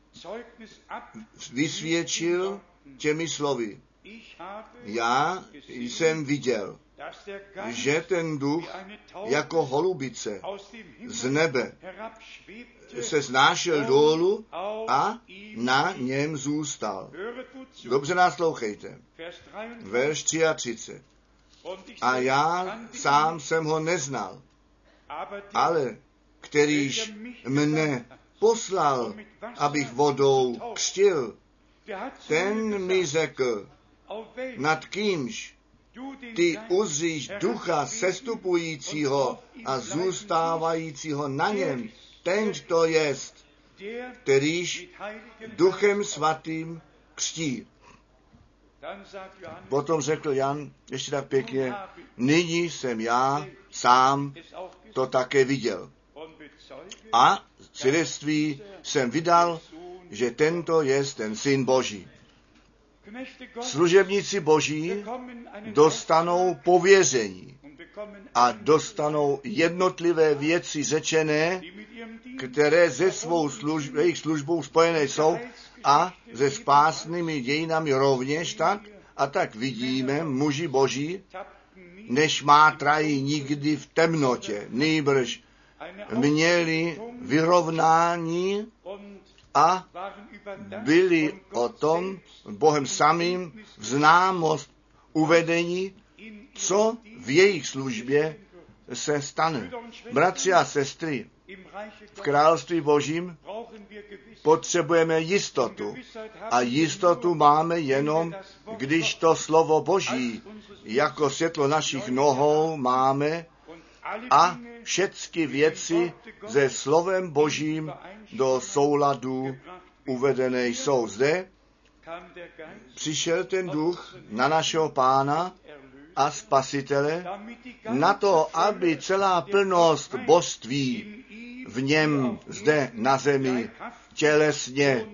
vysvědčil těmi slovy. Já jsem viděl, že ten duch jako holubice z nebe se snášel dolů a na něm zůstal. Dobře naslouchejte. Verš 33. A já sám jsem ho neznal, ale kterýž mne poslal, abych vodou křtil, ten mi řekl, nad kýmž ty uzříš ducha sestupujícího a zůstávajícího na něm, ten to jest, kterýž duchem svatým křtí. Potom řekl Jan ještě tak pěkně, nyní jsem já sám to také viděl. A svědectví jsem vydal, že tento jest ten Syn Boží. Služebníci Boží dostanou pověření a dostanou jednotlivé věci řečené, které jejich službou spojené jsou a se spásnými dějinami rovněž tak. A tak vidíme, muži Boží, než mátrají nikdy v temnotě, nýbrž měli vyrovnání a byli o tom Bohem samým v známost uvedení, co v jejich službě se stane. Bratři a sestry, v království Božím potřebujeme jistotu. A jistotu máme jenom, když to slovo Boží jako světlo našich nohou máme a všechny věci se slovem Božím do souladu uvedené jsou. Zde přišel ten duch na našeho Pána a Spasitele na to, aby celá plnost božství v něm zde na zemi tělesně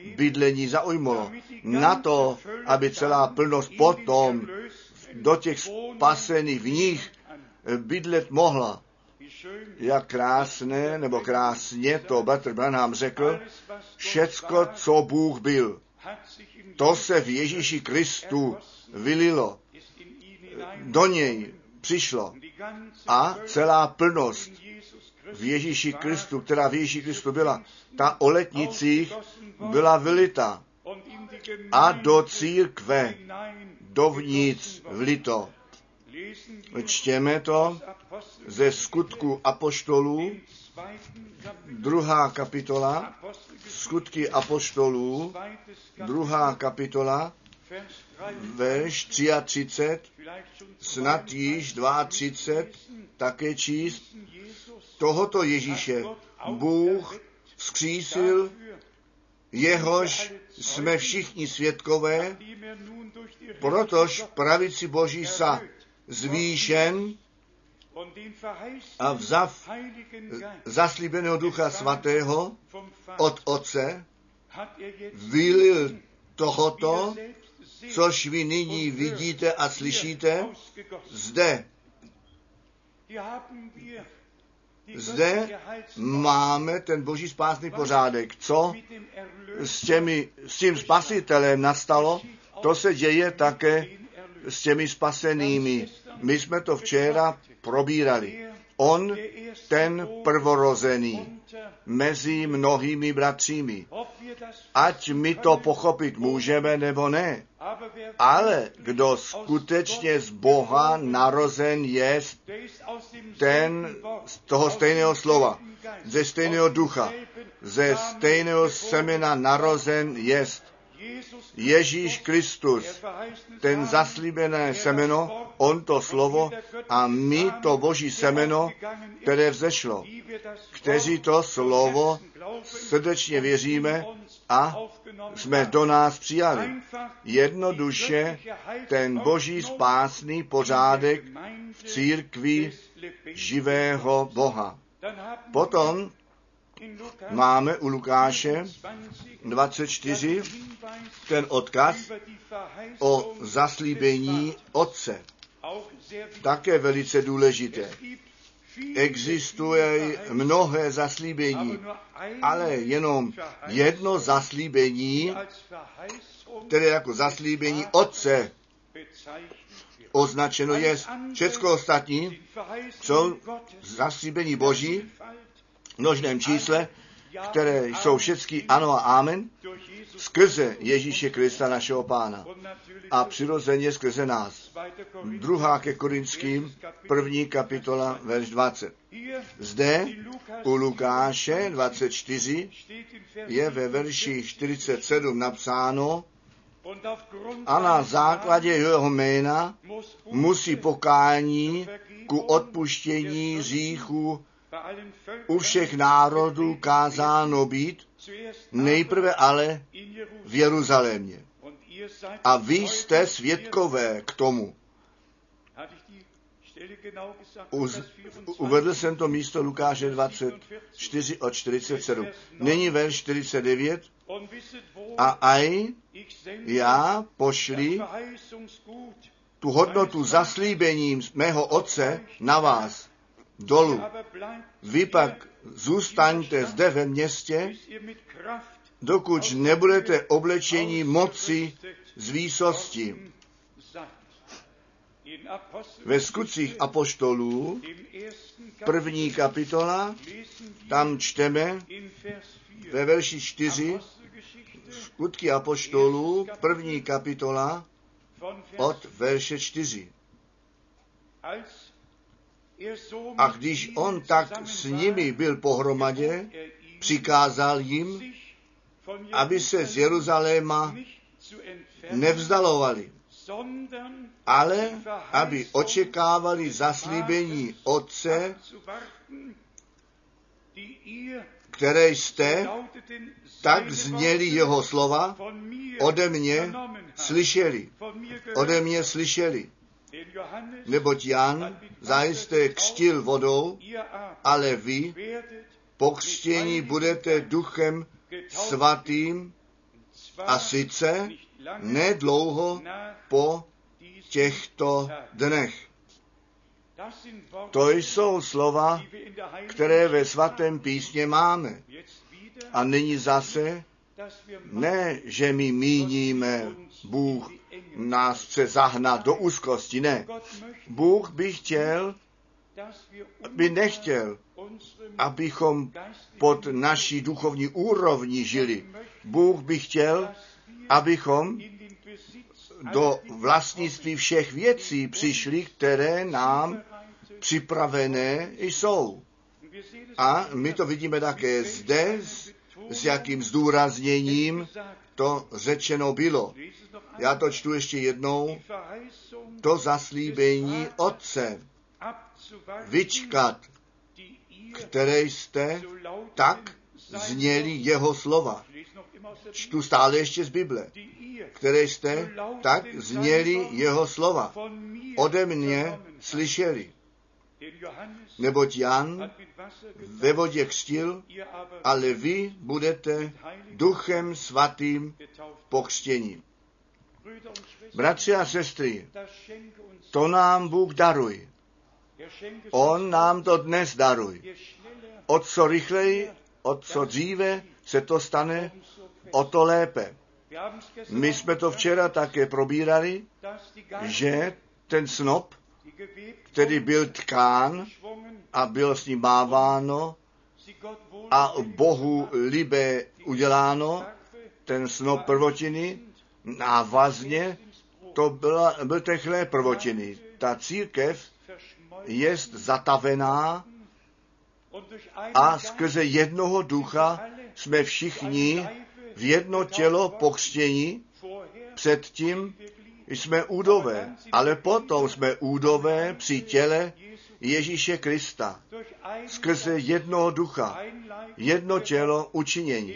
bydlení zaujmulo. Na to, aby celá plnost potom do těch spasených v nich bydlet mohla. Jak krásné, nebo krásně to bratr Branham řekl, všecko, co Bůh byl, to se v Ježíši Kristu vylilo. Do něj přišlo. A celá plnost v Ježíši Kristu, která v Ježíši Kristu byla, ta o letnicích byla vylita a do církve dovnitř vlito. Čtěme to ze Skutku apoštolů, 2. kapitola, Skutky apoštolů, 2. kapitola, verš 33, snad již 32, také číst. Tohoto Ježíše Bůh vzkřísil, jehož jsme všichni svědkové, protož pravici Boží sa zvýšen a vzav zaslíbeného Ducha Svatého od Otce vylil tohoto, což vy nyní vidíte a slyšíte, zde. Zde máme ten boží spásný pořádek. Co s tím spasitelem nastalo, to se děje také s těmi spasenými. My jsme to včera probírali. On, ten prvorozený, mezi mnohými bratřími. Ať my to pochopit můžeme nebo ne. Ale kdo skutečně z Boha narozen jest, ten z toho stejného slova, ze stejného ducha, ze stejného semena narozen jest. Ježíš Kristus, ten zaslíbené semeno, on to slovo a my to boží semeno, které vzešlo, kteří to slovo srdečně věříme a jsme do nás přijali. Jednoduše ten boží spásný pořádek v církvi živého Boha. Potom máme u Lukáše 24 ten odkaz o zaslíbení Otce. Také velice důležité. Existuje mnohé zaslíbení, ale jenom jedno zaslíbení, které jako zaslíbení Otce označeno je. Všecko ostatní jsou zaslíbení Boží v množném čísle, které jsou všechny ano a amen, skrze Ježíše Krista našeho Pána. A přirozeně skrze nás. 2. ke Korinským, 1. kapitola, verš 20. Zde u Lukáše 24 je ve verši 47 napsáno, a na základě jeho jména musí pokání ku odpuštění hříchů u všech národů kázáno být, nejprve ale v Jeruzalémě. A vy jste svědkové k tomu. Uvedl jsem to místo Lukáše 24 od 47. Nyní verš 49. A aj já pošli tu hodnotu zaslíbením mého Otce na vás dolů. Vy pak zůstaňte zde ve městě, dokud nebudete oblečení moci z výsosti. Ve Skutcích apoštolů, 1. kapitola, tam čteme ve verši 4, Skutky apoštolů, 1. kapitola, od verše 4. A když on tak s nimi byl pohromadě, přikázal jim, aby se z Jeruzaléma nevzdalovali, ale aby očekávali zaslíbení Otce, které jste, tak zněli jeho slova, ode mě slyšeli. Neboť Jan zajisté křtil vodou, ale vy pokřtění budete Duchem Svatým A sice nedlouho po těchto dnech. To jsou slova, které ve svatém písmě máme. A nyní zase ne, že my míníme, Bůh nás chce zahnat do úzkosti, ne. Bůh by nechtěl, abychom pod naší duchovní úrovní žili. Bůh by chtěl, abychom do vlastnictví všech věcí přišli, které nám připravené jsou. A my to vidíme také zde, s jakým zdůrazněním to řečeno bylo. Já to čtu ještě jednou. To zaslíbení Otce vyčkat, které jste, tak zněli jeho slova. Čtu stále ještě z Bible. Které jste, tak zněli jeho slova. Ode mě slyšeli. Neboť Jan ve vodě křtil, ale vy budete Duchem Svatým pokřtěni. Bratři a sestry, to nám Bůh daruje. On nám to dnes daruje. O co rychleji, o co dříve se to stane, o to lépe. My jsme to včera také probírali, že ten snop, který byl tkán a bylo s ním máváno a Bohu libé uděláno, ten snop prvotiny, návazně, to byl ten chléb prvotiny. Ta církev je zatavená a skrze jednoho ducha jsme všichni v jedno tělo pokřtěni. Předtím jsme údové, ale potom jsme údové při těle Ježíše Krista. Skrze jednoho ducha, jedno tělo učinění.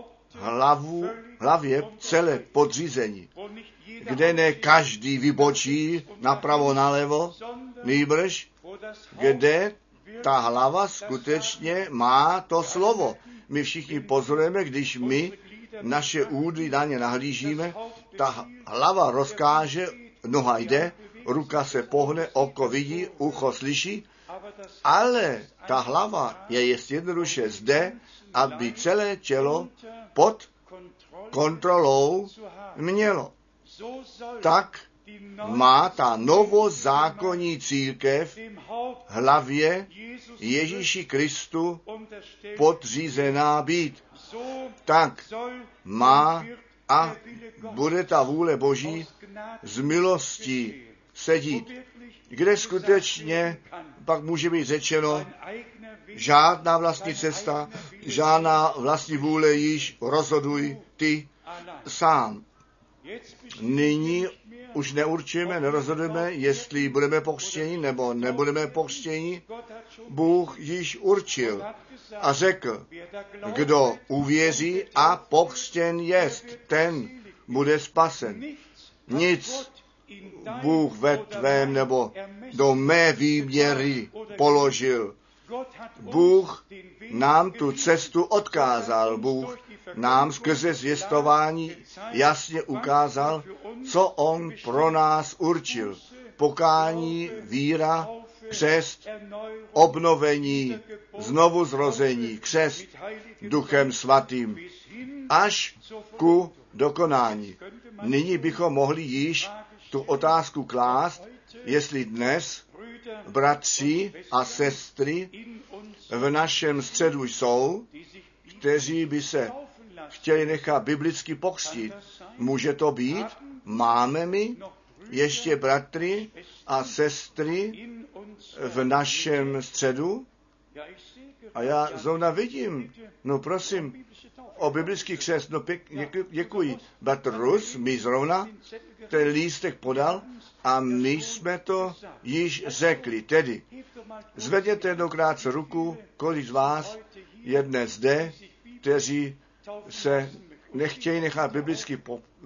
Hlavě celé podřízení, kde ne každý vybočí napravo nalevo, nýbrž, kde ta hlava skutečně má to slovo. My všichni pozorujeme, když my naše údy na ně nahlížíme, ta hlava rozkáže, noha jde, ruka se pohne, oko vidí, ucho slyší, ale ta hlava je jednoduše zde, aby celé tělo pod kontrolou mělo. Tak má ta novozákonní církev hlavě Ježíši Kristu podřízená být. Tak má a bude ta vůle Boží z milostí sedít, kde skutečně pak může být řečeno, žádná vlastní cesta, žádná vlastní vůle již rozhoduj ty sám. Nyní už neurčujeme, nerozhodujeme, jestli budeme pokřtěni nebo nebudeme pokřtěni. Bůh již určil a řekl, kdo uvěří a pokřtěn jest, ten bude spasen. Nic Bůh ve tvém nebo do mé výměry položil. Bůh nám tu cestu odkázal. Bůh nám skrze zvěstování jasně ukázal, co on pro nás určil. Pokání, víra, křest, obnovení, znovuzrození, křest Duchem Svatým, až ku dokonání. Nyní bychom mohli již tu otázku klást, jestli dnes bratři a sestry v našem středu jsou, kteří by se chtěli nechat biblicky pokřtít. Může to být? Máme my ještě bratry a sestry v našem středu? A já zrovna vidím, no prosím, o biblický křest, no děkuji. Bratr Rus mi zrovna ten lístek podal a my jsme to již řekli. Tedy zvedněte jednokrát ruku, kolik z vás je dnes zde, kteří se nechtějí nechat biblicky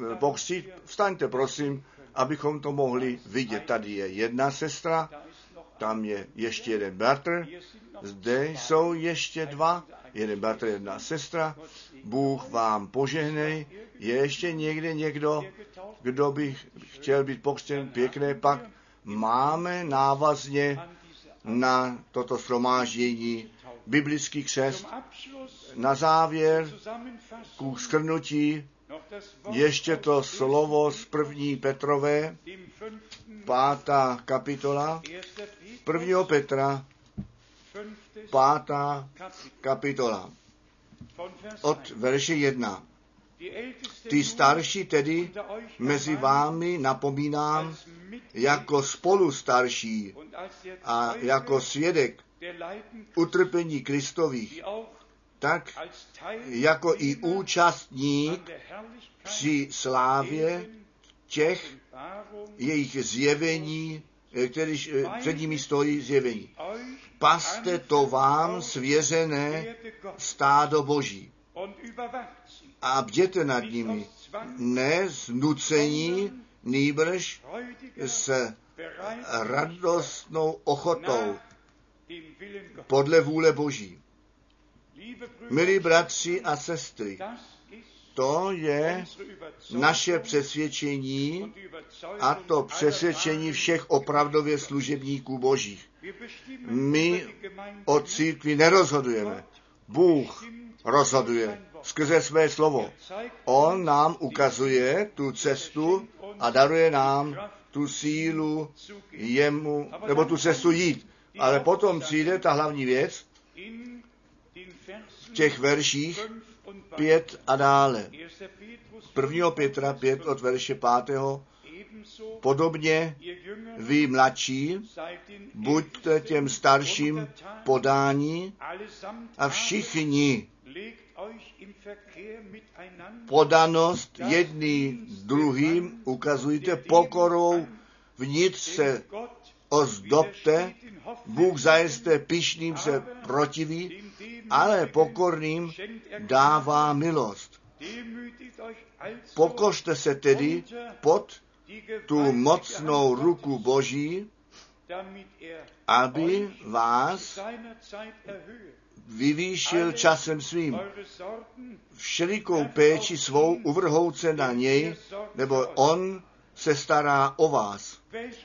pokřtít. Vstaňte, prosím, abychom to mohli vidět. Tady je jedna sestra tam je ještě jeden bratr, zde jsou ještě dva, jeden bratr, jedna sestra. Bůh vám požehnej. Je ještě někde někdo, kdo by chtěl být pokřtěn? Pěkné, pak máme návazně na toto shromáždění biblický křest. Na závěr ku shrnutí ještě to slovo z 1. Petrové, 5. kapitola, 1. Petra, 5. kapitola, od verše 1. Ty starší tedy mezi vámi napomínám jako spolustarší a jako svědek utrpení Kristových, tak jako i účastník při slávě těch jejich zjevení, kterých před nimi stojí zjevení. Paste to vám svěřené stádo Boží a bděte nad nimi, ne z nucení, nýbrž s radostnou ochotou podle vůle Boží. Milí bratři a sestry, to je naše přesvědčení a to přesvědčení všech opravdově služebníků Božích. My o církvi nerozhodujeme. Bůh rozhoduje skrze své slovo. On nám ukazuje tu cestu a daruje nám tu sílu jemu, nebo tu cestu jít. Ale potom přijde ta hlavní věc v těch verších 5 a dále. 1. Petra 5 od verše 5. Podobně vy mladší, buďte těm starším podání a všichni podanost jedný druhým ukazujte pokorou, vnitř se ozdobte, Bůh zajisté pyšným se protiví, ale pokorným dává milost. Pokořte se tedy pod tu mocnou ruku Boží, aby vás vyvýšil časem svým. Všelikou péči svou uvrhouce na něj, nebo on se stará o vás.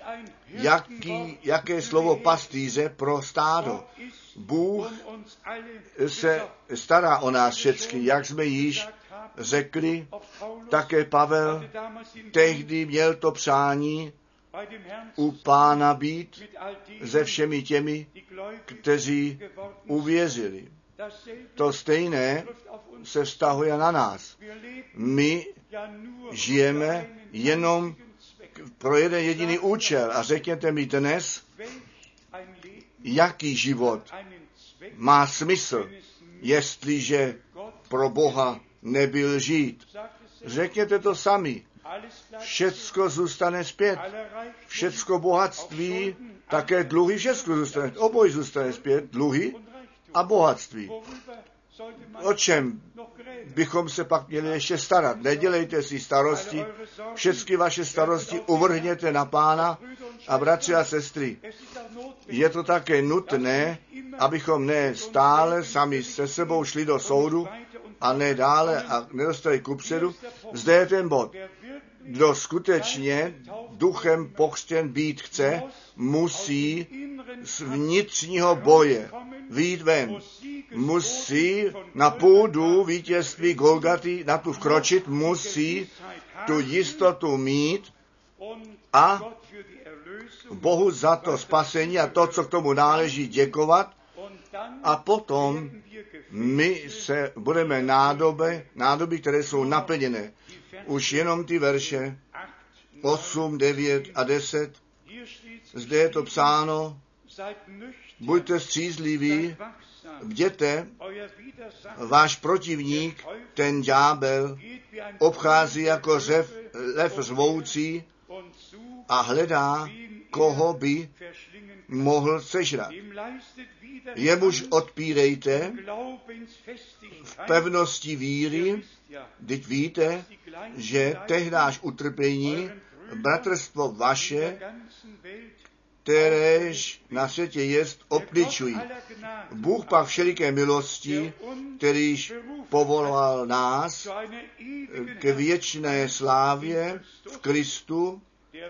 Jaké slovo pastýře pro stádo. Bůh se stará o nás všechny, jak jsme již řekli, také Pavel tehdy měl to přání u Pána být se všemi těmi, kteří uvěřili. To stejné se vztahuje na nás. My žijeme jenom pro jeden jediný účel a řekněte mi dnes, jaký život má smysl, jestliže pro Boha nebyl žít. Řekněte to sami. Všecko zůstane zpět. Všecko bohatství, také dluhy, všecko zůstane. Oboj zůstane zpět, dluhy a bohatství. O čem bychom se pak měli ještě starat? Nedělejte si starosti, všechny vaše starosti uvrhněte na Pána a bratři a sestry. Je to také nutné, abychom ne stále sami se sebou šli do soudu a ne dále a nedostali kupředu. Zde je ten bod. Kdo skutečně duchem pokřtěn být chce, musí z vnitřního boje vyjít ven. Musí na půdu vítězství Golgaty na tu vkročit, musí tu jistotu mít a Bohu za to spasení a to, co k tomu náleží, děkovat. A potom my se budeme nádoby, které jsou naplněné. Už jenom ty verše 8, 9 a 10. Zde je to psáno, buďte střízliví, bděte, váš protivník, ten ďábel, obchází jako lev řvoucí a hledá, koho by mohl sežrat. Jemuž odpírejte v pevnosti víry, vždyť víte, že tehdáž utrpení, bratrstvo vaše kteréž na světě jest, obličují. Bůh pak všeliké milosti, kterýž povolal nás ke věčné slávě v Kristu,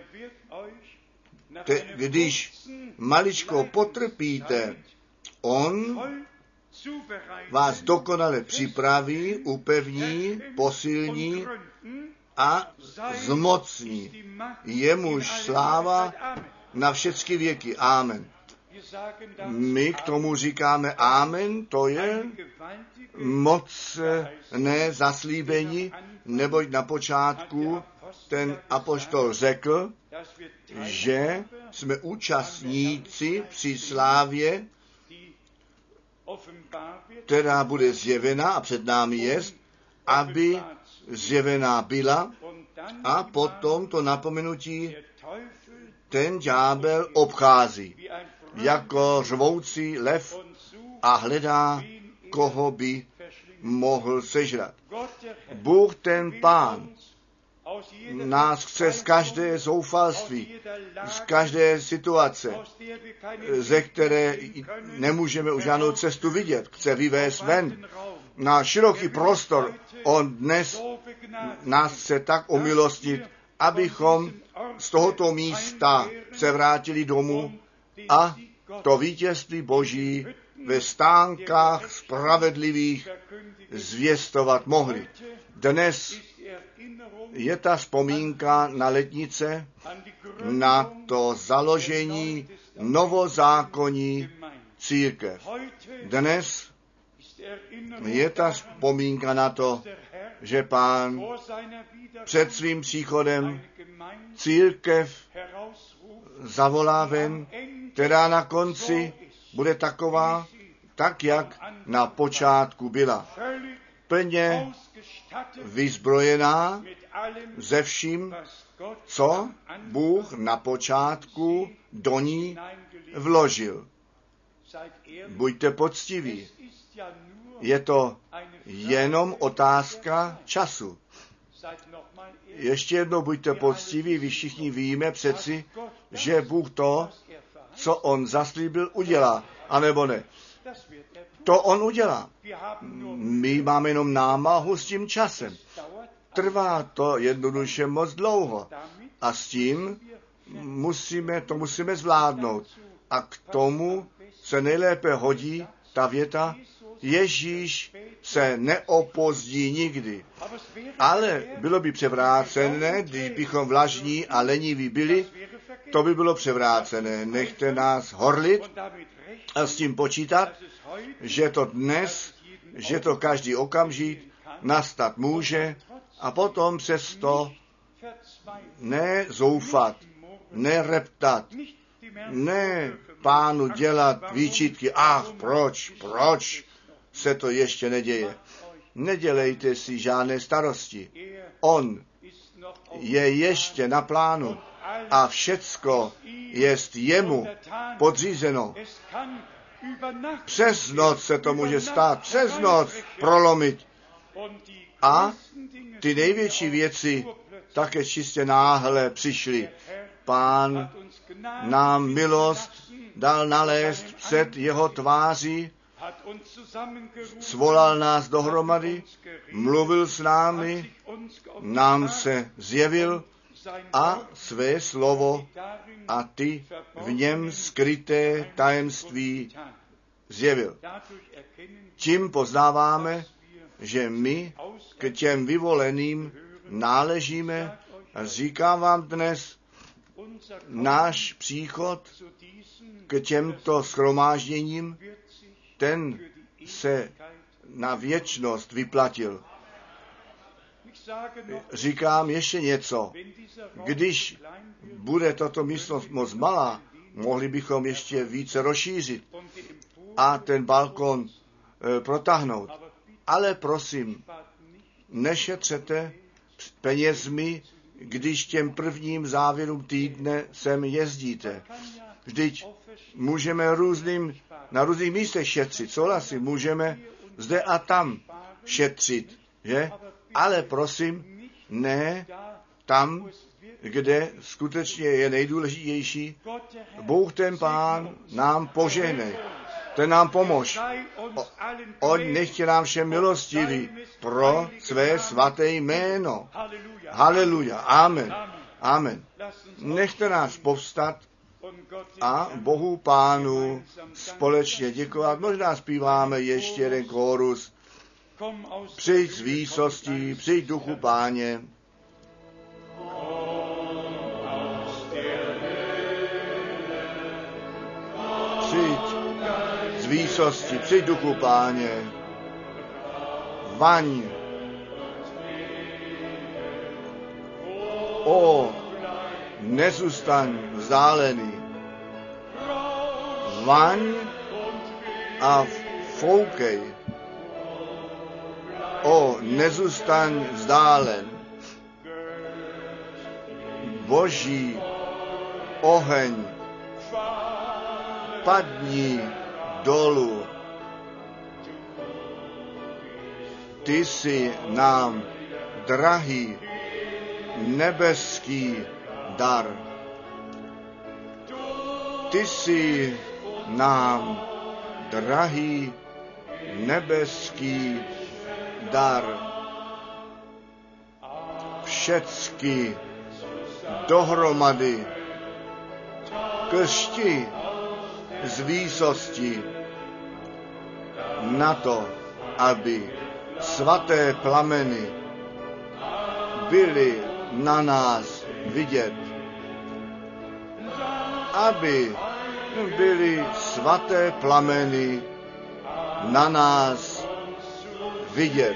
když maličko potrpíte, on vás dokonale připraví, upevní, posilní a zmocní. Jemuž sláva na všechny věky. Amen. My k tomu říkáme amen, to je mocné zaslíbení, neboť na počátku ten apoštol řekl, že jsme účastníci při slávě, která bude zjevena a před námi jest, aby zjevená byla, a potom to napomenutí ten ďábel obchází jako řvoucí lev a hledá, koho by mohl sežrat. Bůh ten Pán nás chce z každé zoufalství, z každé situace, ze které nemůžeme už žádnou cestu vidět, chce vyvést ven na široký prostor. On dnes nás chce tak omilostnit, abychom z tohoto místa se vrátili domů a to vítězství Boží ve stánkách spravedlivých zvěstovat mohli. Dnes je ta vzpomínka na letnice, na to založení novozákonní církev. Dnes je ta vzpomínka na to, že Pán před svým příchodem církev zavolá ven, která na konci bude taková, tak jak na počátku byla. Plně vyzbrojená ze vším, co Bůh na počátku do ní vložil. Buďte poctiví. Je to jenom otázka času. Ještě jednou buďte poctiví, vy všichni víme přeci, že Bůh to, co on zaslíbil, udělá, anebo ne. To on udělá. My máme jenom námahu s tím časem. Trvá to jednoduše moc dlouho. A s tím musíme zvládnout. A k tomu se nejlépe hodí ta věta, Ježíš se neopozdí nikdy. Ale bylo by převrácené, když bychom vlažní a leniví byli, to by bylo převrácené. Nechte nás horlit a s tím počítat, že to dnes, že to každý okamžik nastat může a potom přesto nezoufat, nereptat, ne Pánu dělat výčitky, proč se to ještě neděje. Nedělejte si žádné starosti. On je ještě na plánu a všecko jest jemu podřízeno. Přes noc se to může stát, přes noc prolomit. A ty největší věci také čistě náhle přišly. Pán nám milost dal nalézt před jeho tváří, svolal nás dohromady, mluvil s námi, nám se zjevil a své slovo a ty v něm skryté tajemství zjevil. Tím poznáváme, že my k těm vyvoleným náležíme a říkám vám dnes, náš příchod k těmto shromážděním, ten se na věčnost vyplatil. Říkám ještě něco. Když bude tato místnost moc malá, mohli bychom ještě více rozšířit a ten balkon protáhnout. Ale prosím, nešetřete penězmi, když těm prvním závěrům týdne sem jezdíte. Vždyť můžeme na různých místech šetřit, souhlasím, můžeme zde a tam šetřit, že? Ale prosím, ne tam, kde skutečně je nejdůležitější, Bůh ten Pán nám požehnej, ten nám pomož. On nechť nám všem milostivý pro své svaté jméno. Haleluja. Amen. Amen. Nechte nás povstat a Bohu Pánu společně děkovat. Možná zpíváme ještě jeden kórus. Přijď z výsostí, přijď duchu Páně. Přijď z výsosti, přijď duchu Páně. Vaň. O, nezůstaň vzdálený. Vaň a foukej. O, nezůstaň vzdálen. Boží oheň, padni dolů. Ty jsi nám drahý nebeský dar. Ty jsi nám drahý nebeský dar. Všecky dohromady křti z výsosti na to, aby svaté plameny byly na nás vidět. Aby byly svaté plameny na nás vidět.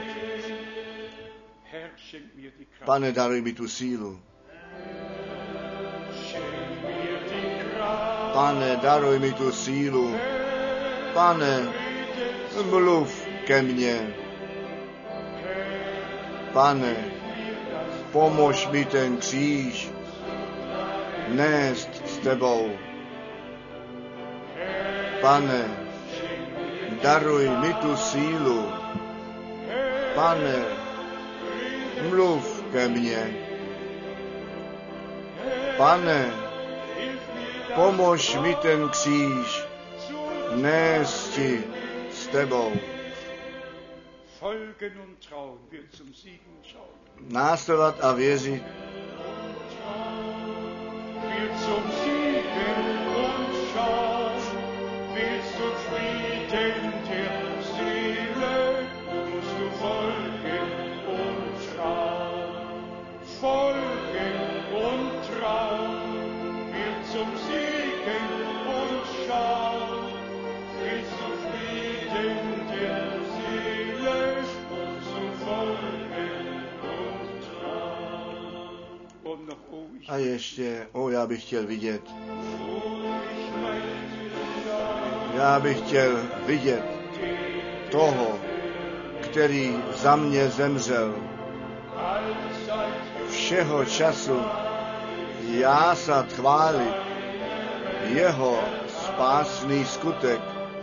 Pane, daruj mi tu sílu. Pane, daruj mi tu sílu. Pane, mluv ke mně. Pane, pomož mi ten kříž nést s tebou. Pane, daruj mi tu sílu. Pane, mluv ke mně. Pane, pomož mi ten kříž nést s tebou. Následovat a věřit. A ještě, já bych chtěl vidět. Já bych chtěl vidět toho, který za mě zemřel. Všeho času jásat, chválit jeho spásný skutek.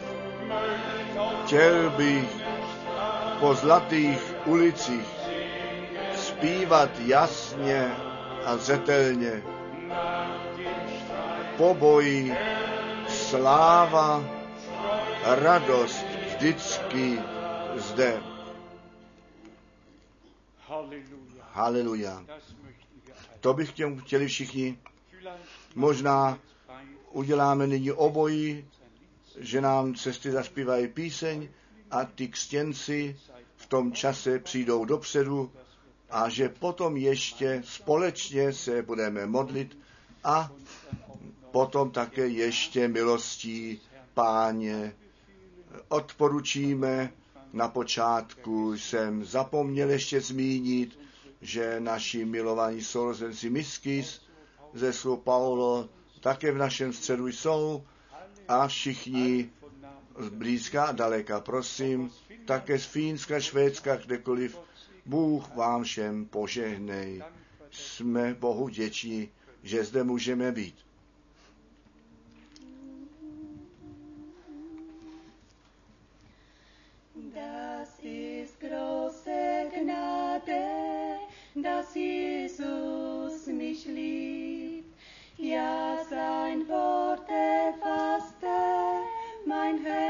Chtěl bych po zlatých ulicích zpívat jasně a zřetelně. Po boji sláva, radost vždycky zde. Haleluja. To bych chtěli všichni. Možná uděláme nyní obojí, že nám sestry zaspívají píseň a ty křtěnci v tom čase přijdou dopředu a že potom ještě společně se budeme modlit a potom také ještě milostí Páně odporučíme. Na počátku jsem zapomněl ještě zmínit, že naši milovaní sourozenci Miskis ze São Paulo také v našem středu jsou a všichni z blízka a daleka, prosím, také z Fínska, Švédska, kdekoliv, Bůh vám všem požehnej. Jsme Bohu vděční, že zde můžeme být. Das ist große Gnade, dass Jesus mich liebt.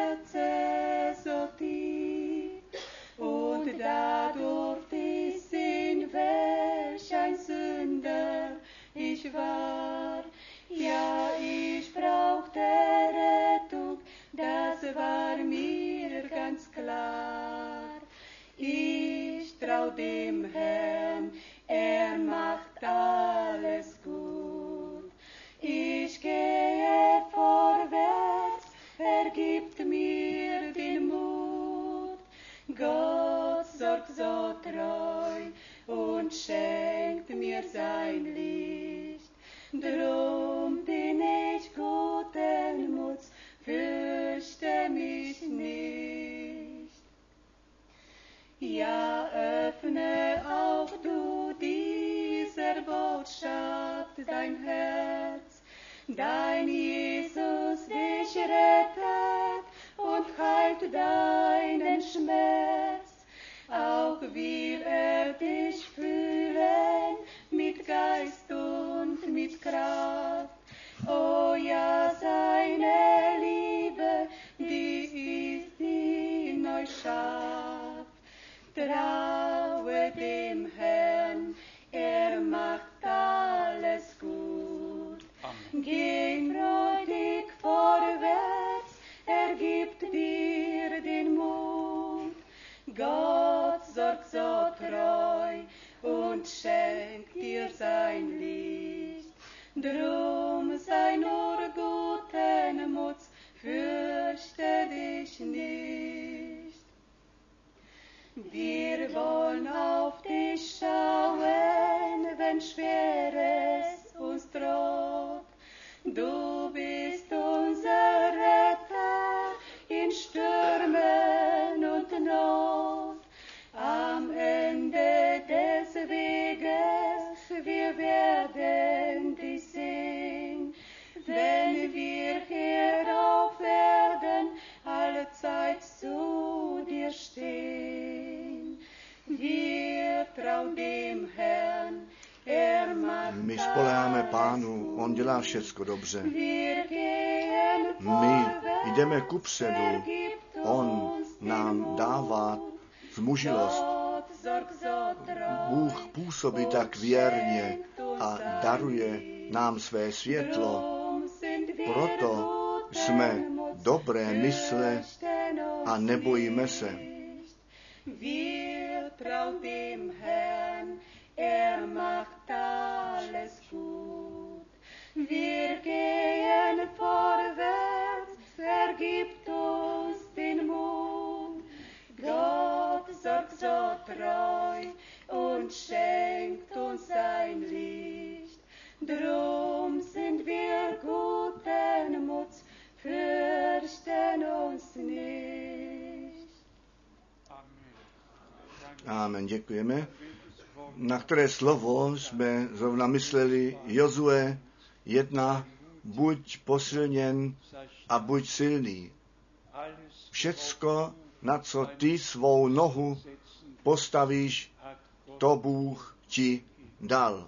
Herze so tief und dadurch ist in welch ein Sünder ich war. Ja, ich brauchte Rettung, das war mir ganz klar. Ich trau dem Herrn, macht alles gut. Ich gehe vorwärts, gibt mir den Mut. Gott sorgt so treu und schenkt mir sein Licht. Drum bin ich guten Muts, fürchte mich nicht. Ja, öffne auch du dieser Botschaft dein Herz, dein Jesus dich rettet und heilt deinen Schmerz. Auch will dich füllen mit Geist und mit Kraft. Oh ja, seine Liebe, die ist in euch scharf. Traue dem Herrn, macht alles gut. Amen. Geh freudig vorwärts, gibt dir den Mut. Gott sorgt so treu und schenkt dir sein Licht. Drum sei nur guten Muts, fürchte dich nicht. Wir wollen auf dich schauen, wenn Schweres uns droht. Du bist unser Retter in Stürmen und Not. Am Ende des Weges wir werden dich sehen, wenn wir hier auf Erden allezeit zu dir stehen. Wir trauen dem Herrn, macht My spoléháme Pánu, on dělá všecko dobře. My jdeme kupředu, on nám dává zmužilost. Bůh působí tak věrně a daruje nám své světlo. Proto jsme dobré mysle a nebojíme se. Wir trauen dem Herrn, macht alles gut. Wir gehen vorwärts, gibt uns den Mut. Gott sorgt so treu und schenkt uns sein Licht. Drum sind wir guten Muts, fürchten uns nicht. Amen, děkujeme. Na které slovo jsme zrovna mysleli Jozue 1, buď posilněn a buď silný. Všecko, na co ty svou nohu postavíš, to Bůh ti dal.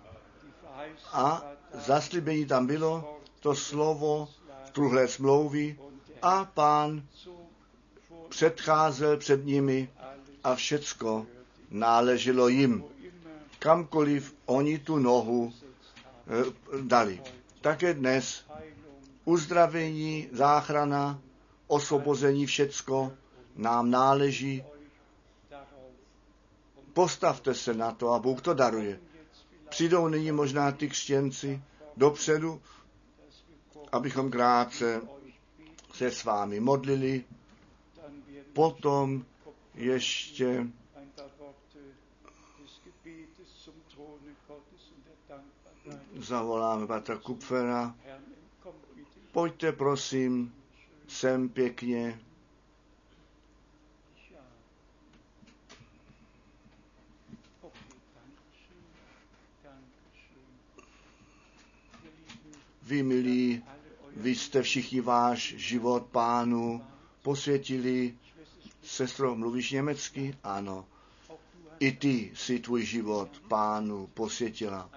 A zaslíbení tam bylo to slovo truhlé smlouvy a Pán předcházel před nimi a všecko náleželo jim, kamkoliv oni tu nohu dali. Také dnes uzdravení, záchrana, osvobození, všecko nám náleží. Postavte se na to a Bůh to daruje. Přijdou nyní možná ty křesťanci dopředu, abychom krátce se s vámi modlili. Potom ještě zavoláme Patra Kupfera. Pojďte prosím sem pěkně. Vy, milí, vy jste všichni váš život Pánu posvětili. Sestro, mluvíš německy? Ano. I ty si tvůj život Pánu posvětila.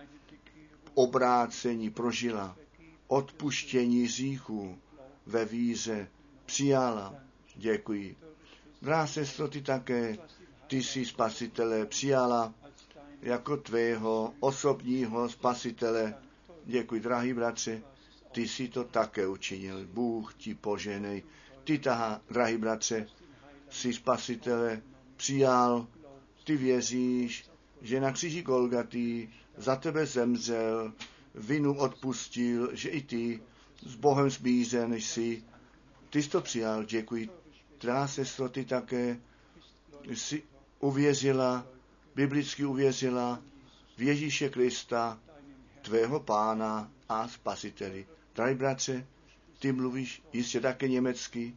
Obrácení prožila. Odpuštění hříchů ve víře přijala. Děkuji. Drahá sestro, ty také, ty jsi Spasitele přijala jako tvého osobního Spasitele. Děkuji, drahý bratře, ty jsi to také učinil. Bůh ti poženej. Ty, drahý bratře, jsi Spasitele přijal. Ty věříš, že na kříži Golgaty za tebe zemřel, vinu odpustil, že i ty s Bohem smířen jsi. Ty jsi to přijal, děkuji. Drahá sestro, ty také jsi uvěřila, biblicky uvěřila v Ježíše Krista, tvého Pána a Spasiteli. Drahý bratře, ty mluvíš jistě také německy?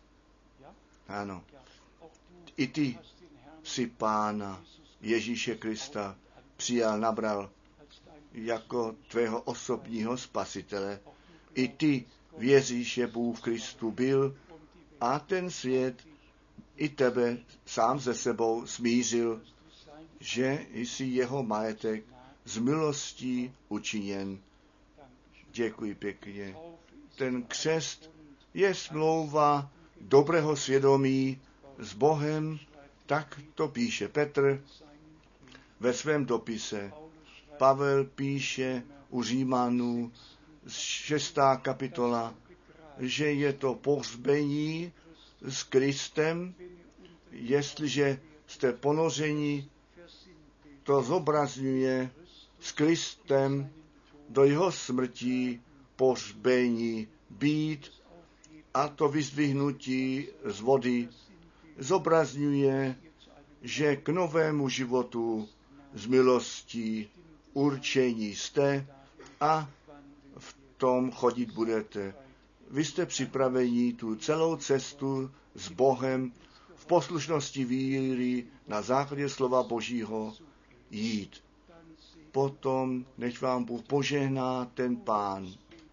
Ano. I ty jsi Pána Ježíše Krista přijal, nabral jako tvého osobního Spasitele. I ty věříš, že Bůh v Kristu byl a ten svět i tebe sám ze sebou smířil, že jsi jeho majetek z milostí učiněn. Děkuji pěkně. Ten křest je smlouva dobrého svědomí s Bohem, tak to píše Petr ve svém dopise. Pavel píše u Římanů 6. kapitola, že je to pohřbení s Kristem, jestliže jste ponořeni, to zobrazňuje s Kristem do jeho smrti pohřbení být, a to vyzdvihnutí z vody zobrazňuje, že k novému životu z milostí určení jste a v tom chodit budete. Vy jste připraveni tu celou cestu s Bohem v poslušnosti víry na základě slova Božího jít. Potom nech vám Bůh požehná ten Pán.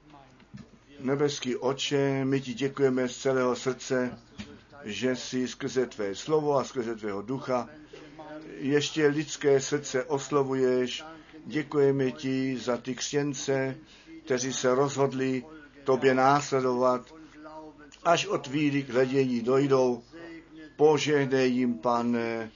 Nebeský Otče, my ti děkujeme z celého srdce, že jsi skrze tvé slovo a skrze tvého ducha ještě lidské srdce oslovuješ. Děkujeme ti za ty křesťance, kteří se rozhodli tobě následovat, až od víry k hledění dojdou. Požehnej jim, Pane,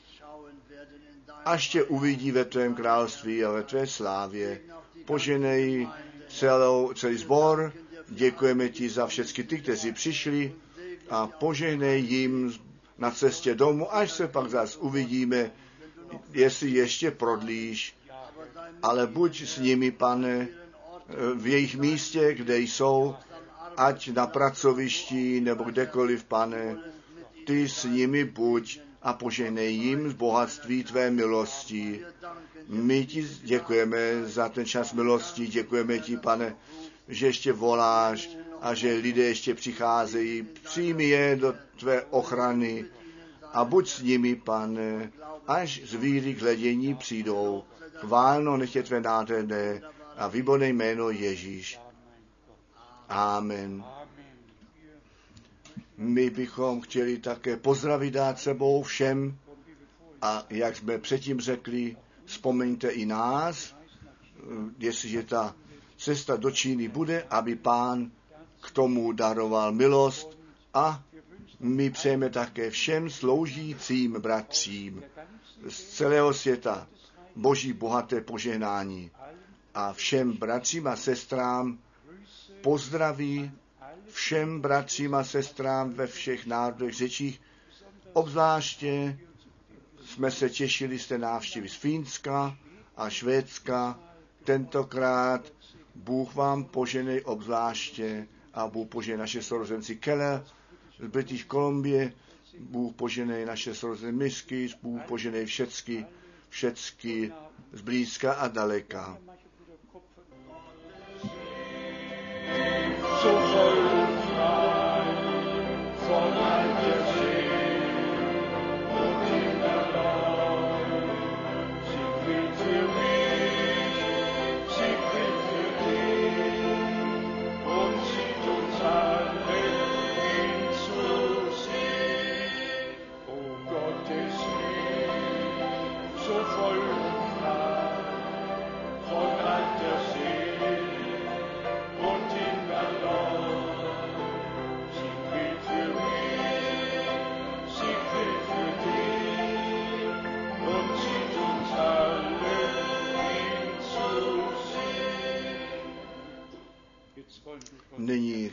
až tě uvidí ve tvém království a ve tvé slávě. Požehnej celý sbor. Děkujeme ti za všechny ty, kteří přišli, a požehnej jim na cestě domů, až se pak zase uvidíme, jestli ještě prodlíš. Ale buď s nimi, Pane, v jejich místě, kde jsou, ať na pracovišti nebo kdekoliv, Pane, ty s nimi buď a požehnej jim z bohatství tvé milosti. My ti děkujeme za ten čas milosti, děkujeme ti, Pane, že ještě voláš a že lidé ještě přicházejí. Přijmi je do tvé ochrany a buď s nimi, Pane, až z víry k hledění přijdou. Chválno nech je tvé nádherné a výborné jméno Ježíš. Amen. My bychom chtěli také pozdravit dát sebou všem a jak jsme předtím řekli, vzpomeňte i nás, jestliže ta cesta do Číny bude, aby Pán k tomu daroval milost, a my přejeme také všem sloužícím bratřím z celého světa Boží bohaté požehnání a všem bratřím a sestrám pozdraví, všem bratřím a sestrám ve všech národech řečích. Obzvláště jsme se těšili z té návštěvy z Fínska a Švédska. Tentokrát Bůh vám poženej obzvláště a Bůh poženej naše sourozenci Keller z British Columbie, Bůh poženej naše sourozenci Misky, Bůh poženej všecky z blízka a daleka. So voll Freude, voll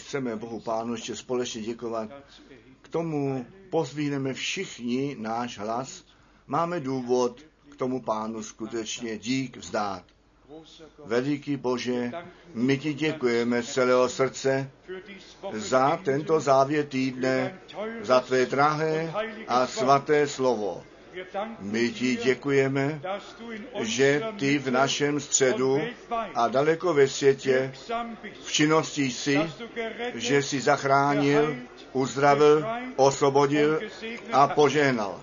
chceme Bohu Pánu ještě společně děkovat. K tomu pozvíhneme všichni náš hlas. Máme důvod k tomu Pánu skutečně dík vzdát. Veliký Bože, my ti děkujeme z celého srdce za tento závěr týdne, za tvé drahé a svaté slovo. My ti děkujeme, že ty v našem středu a daleko ve světě v činnosti jsi, že jsi zachránil, uzdravil, osvobodil a požehnal.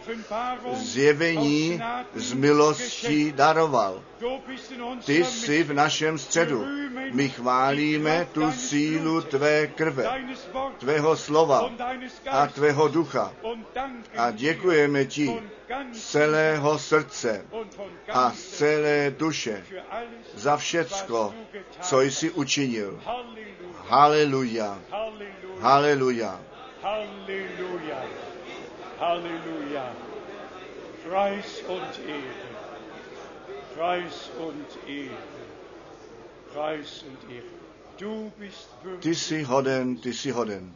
Zjevení z milosti daroval. Ty jsi v našem středu. My chválíme tu sílu tvé krve, tvého slova a tvého ducha. A děkujeme ti z celého srdce a z celé duše za všecko, co jsi učinil. Haleluja. Haleluja. Halleluja. Halleluja. Preis und Ehre. Preis und Ehre. Preis und Ehre. Du bist würdig. Ty jsi hoden, ty jsi hoden.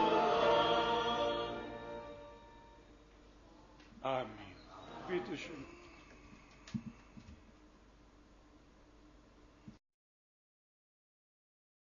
Amen. Bitte schön.